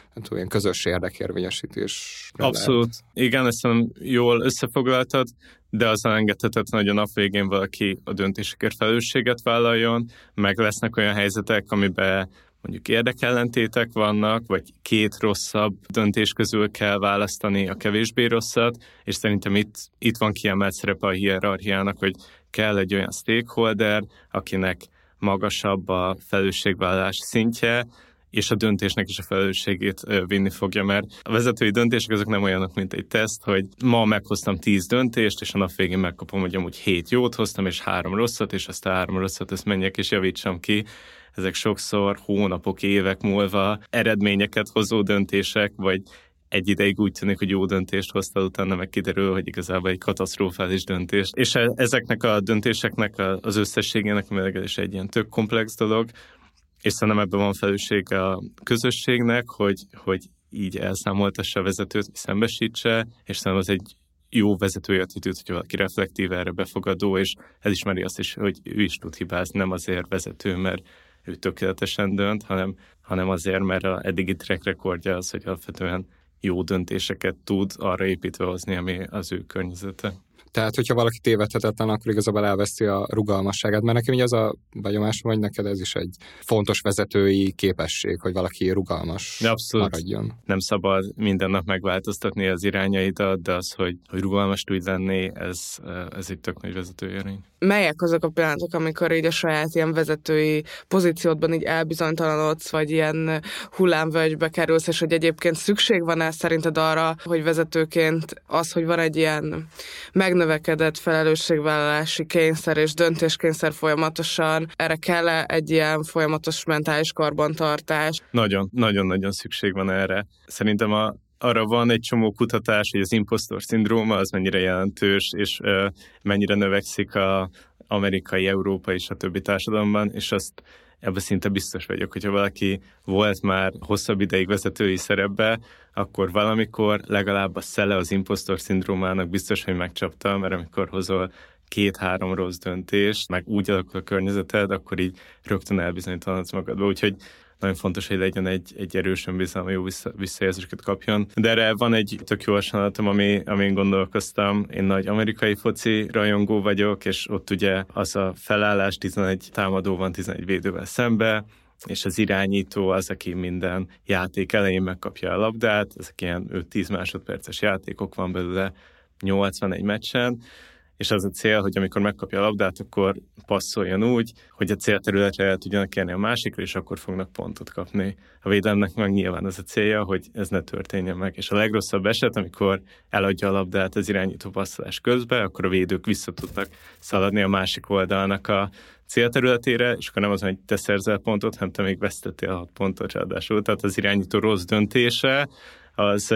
nem tudom, ilyen közös érdekérvényesítés. Abszolút. Lehet. Igen, ezt jól összefoglaltad, de az engedhetetlen, hogy a nap végén valaki a döntésekért felelősséget vállaljon, meg lesznek olyan helyzetek, amiben mondjuk érdekellentétek vannak, vagy két rosszabb döntés közül kell választani a kevésbé rosszat, és szerintem itt, itt van kiemelt szerepe a hierarchiának, hogy kell egy olyan stakeholder, akinek magasabb a felelősségvállalás szintje, és a döntésnek is a felelősségét vinni fogja, mert a vezetői döntések azok nem olyanok, mint egy teszt, hogy ma meghoztam tíz döntést, és a nap végén megkapom, hogy amúgy hét jót hoztam, és három rosszat, és azt a három rosszat, ezt menjek és javítsam ki. Ezek sokszor hónapok, évek múlva eredményeket hozó döntések, vagy egy ideig úgy tűnik, hogy jó döntést hoztál, utána meg kiderül, hogy igazából egy katasztrofális döntés. És ezeknek a döntéseknek az összességének mérlegelés egy ilyen tök komplex dolog, és szerintem ebben van felelőssége a közösségnek, hogy, hogy így elszámoltassa a vezetőt, hogy szembesítse, és szerintem az egy jó vezetői attitűd, hogy valaki reflektív, erre befogadó, és elismeri azt is, hogy ő is tud hibázni, nem azért vezető, mert ő tökéletesen dönt, hanem, hanem azért, mert a eddigi track recordja az, hogy alapvetően jó döntéseket tud arra építve hozni, ami az ő környezete. Tehát, hogyha valaki tévedhetetlen, akkor igazából elveszti a rugalmasságát, mert nekem így az a benyomásom, hogy neked ez is egy fontos vezetői képesség, hogy valaki rugalmas abszolút maradjon. Nem szabad minden nap megváltoztatni az irányaidat, de az, hogy, hogy rugalmas tudj lenni, ez, ez egy tök nagy vezetői erény. Melyek azok a pillanatok, amikor így a saját ilyen vezetői pozíciódban így elbizonytalanodsz, vagy ilyen hullámvölgybe kerülsz, és hogy egyébként szükség van-e szerinted arra, hogy vezetőként az, hogy van egy ilyen megnövekedett felelősségvállalási kényszer és döntéskényszer folyamatosan, erre kell-e egy ilyen folyamatos mentális karbantartás? Nagyon, nagyon-nagyon szükség van erre. Szerintem a arra van egy csomó kutatás, hogy az impostor szindróma az mennyire jelentős, és uh, mennyire növekszik az amerikai, európai és a többi társadalomban, és azt ebben szinte biztos vagyok, hogyha valaki volt már hosszabb ideig vezetői szerepbe, akkor valamikor legalább a szele az impostor szindrómának biztos, hogy megcsapta, mert amikor hozol két-három rossz döntést, meg úgy alakul a környezeted, akkor így rögtön elbizonytalanodsz magadba. Úgyhogy nagyon fontos, hogy legyen egy, egy erős önbizalma, jó vissza, visszajelzéseket kapjon. De erre van egy tök jó hasonlatom, ami, amin gondolkoztam. Én nagy amerikai foci rajongó vagyok, és ott ugye az a felállás, tizenegy támadó van tizenegy védővel szembe, és az irányító az, aki minden játék elején megkapja a labdát, ezek ilyen öt-tíz másodperces játékok van belőle nyolcvanegy meccsen, és az a cél, hogy amikor megkapja a labdát, akkor passzoljon úgy, hogy a célterületre el tudjanak érni a másikra, és akkor fognak pontot kapni. A védelemnek meg nyilván az a célja, hogy ez ne történjen meg. És a legrosszabb eset, amikor eladja a labdát az irányító passzolás közben, akkor a védők vissza tudnak szaladni a másik oldalnak a célterületére, és akkor nem az, hogy te szerzel pontot, hanem te még vesztettél hat pontot ráadásul. Tehát az irányító rossz döntése, az...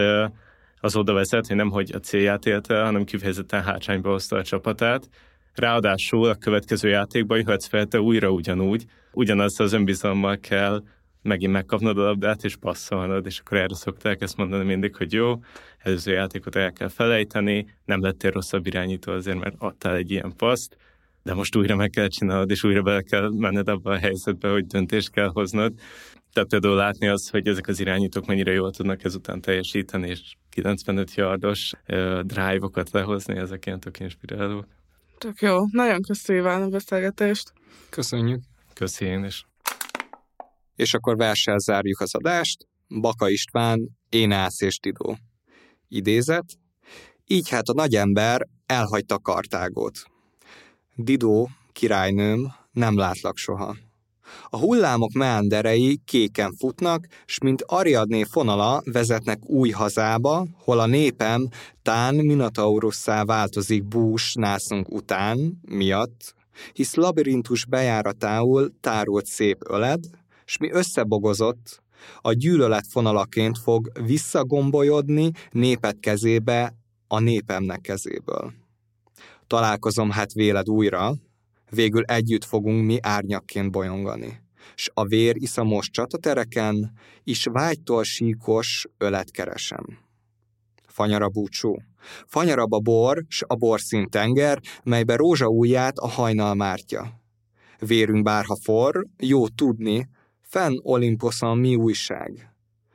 az oda vezet, hogy nem hogy a célját élte, hanem kifejezetten hátrányba hozta a csapatát. Ráadásul a következő játékban jöhetsz fel te újra ugyanúgy, ugyanaz az önbizalommal kell megint megkapnod a labdát és passzolnod, és akkor erre szokták ezt mondani mindig, hogy jó, előző játékot el kell felejteni, nem lettél rosszabb irányító azért, mert adtál egy ilyen paszt, de most újra meg kell csinálnod, és újra bele kell menned abba a helyzetbe, hogy döntést kell hoznod. Tehát például látni az, hogy ezek az irányítók mennyire jól tudnak ezután teljesíteni, és kilencvenöt yardos uh, drive-okat lehozni, ezek ilyen tök inspirálók. Tök jó. Nagyon köszönöm Iván a beszélgetést. Köszönjük. Köszi én is. És akkor verssel zárjuk az adást. Baka István, Éneász és Didó. Idézet. Így hát a nagyember elhagyta Kartágot. Didó, királynőm, nem látlak soha. A hullámok meanderei kéken futnak, s mint Ariadné fonala vezetnek új hazába, hol a népem tán Minotaurusszá változik bús nászunk után miatt, hisz labirintus bejáratául tárult szép öled, s mi összebogozott, a gyűlölet fonalaként fog visszagombolyodni néped kezébe a népemnek kezéből. Találkozom hát véled újra, végül együtt fogunk mi árnyakként bolyongani, s a vér iszamos csatatereken is vágytól síkos ölet keresem. Fanyara búcsú, fanyarabb a bor, s a borszín tenger, melybe rózsaujját a hajnal mártja. Vérünk bárha forr, jó tudni, fenn Olimposzon mi újság.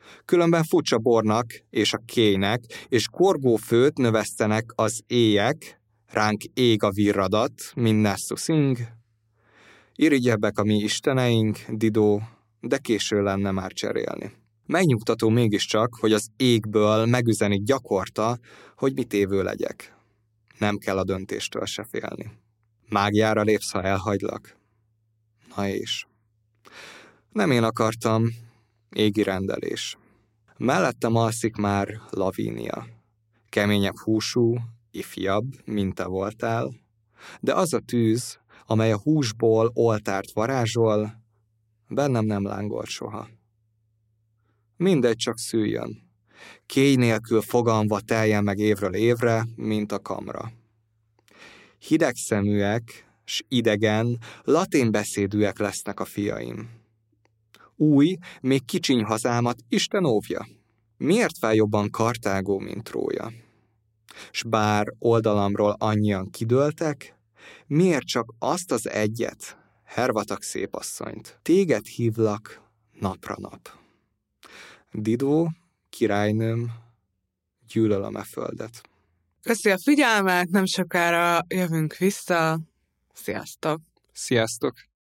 Különben furcsa bornak és a kéjnek, és gorgófőt növesztenek az éjek, ránk ég a virradat, mint Nessuszing. Irigyebbek a mi isteneink, Didó, de késő lenne már cserélni. Megnyugtató mégiscsak, hogy az égből megüzenik gyakorta, hogy mit évő legyek. Nem kell a döntéstől se félni. Mágiára lépsz, ha elhagylak. Na és? Nem én akartam, égi rendelés. Mellettem alszik már Lavínia. Keményebb húsú, ifjabb, mint te voltál, de az a tűz, amely a húsból oltárt varázsol, bennem nem lángolt soha. Mindegy, csak szüljön. Kéj nélkül fogalmva teljen meg évről évre, mint a kamra. Hideg szeműek, s idegen, latin beszédűek lesznek a fiaim. Új, még kicsiny hazámat Isten óvja. Miért fel jobban Kartágó, mint Trója? S bár oldalamról annyian kidőltek, miért csak azt az egyet, hervatak szépasszonyt? Téged hívlak napra nap. Didó, királynőm, gyűlölöm e földet. Köszi a figyelmet, nem sokára jövünk vissza. Sziasztok! Sziasztok!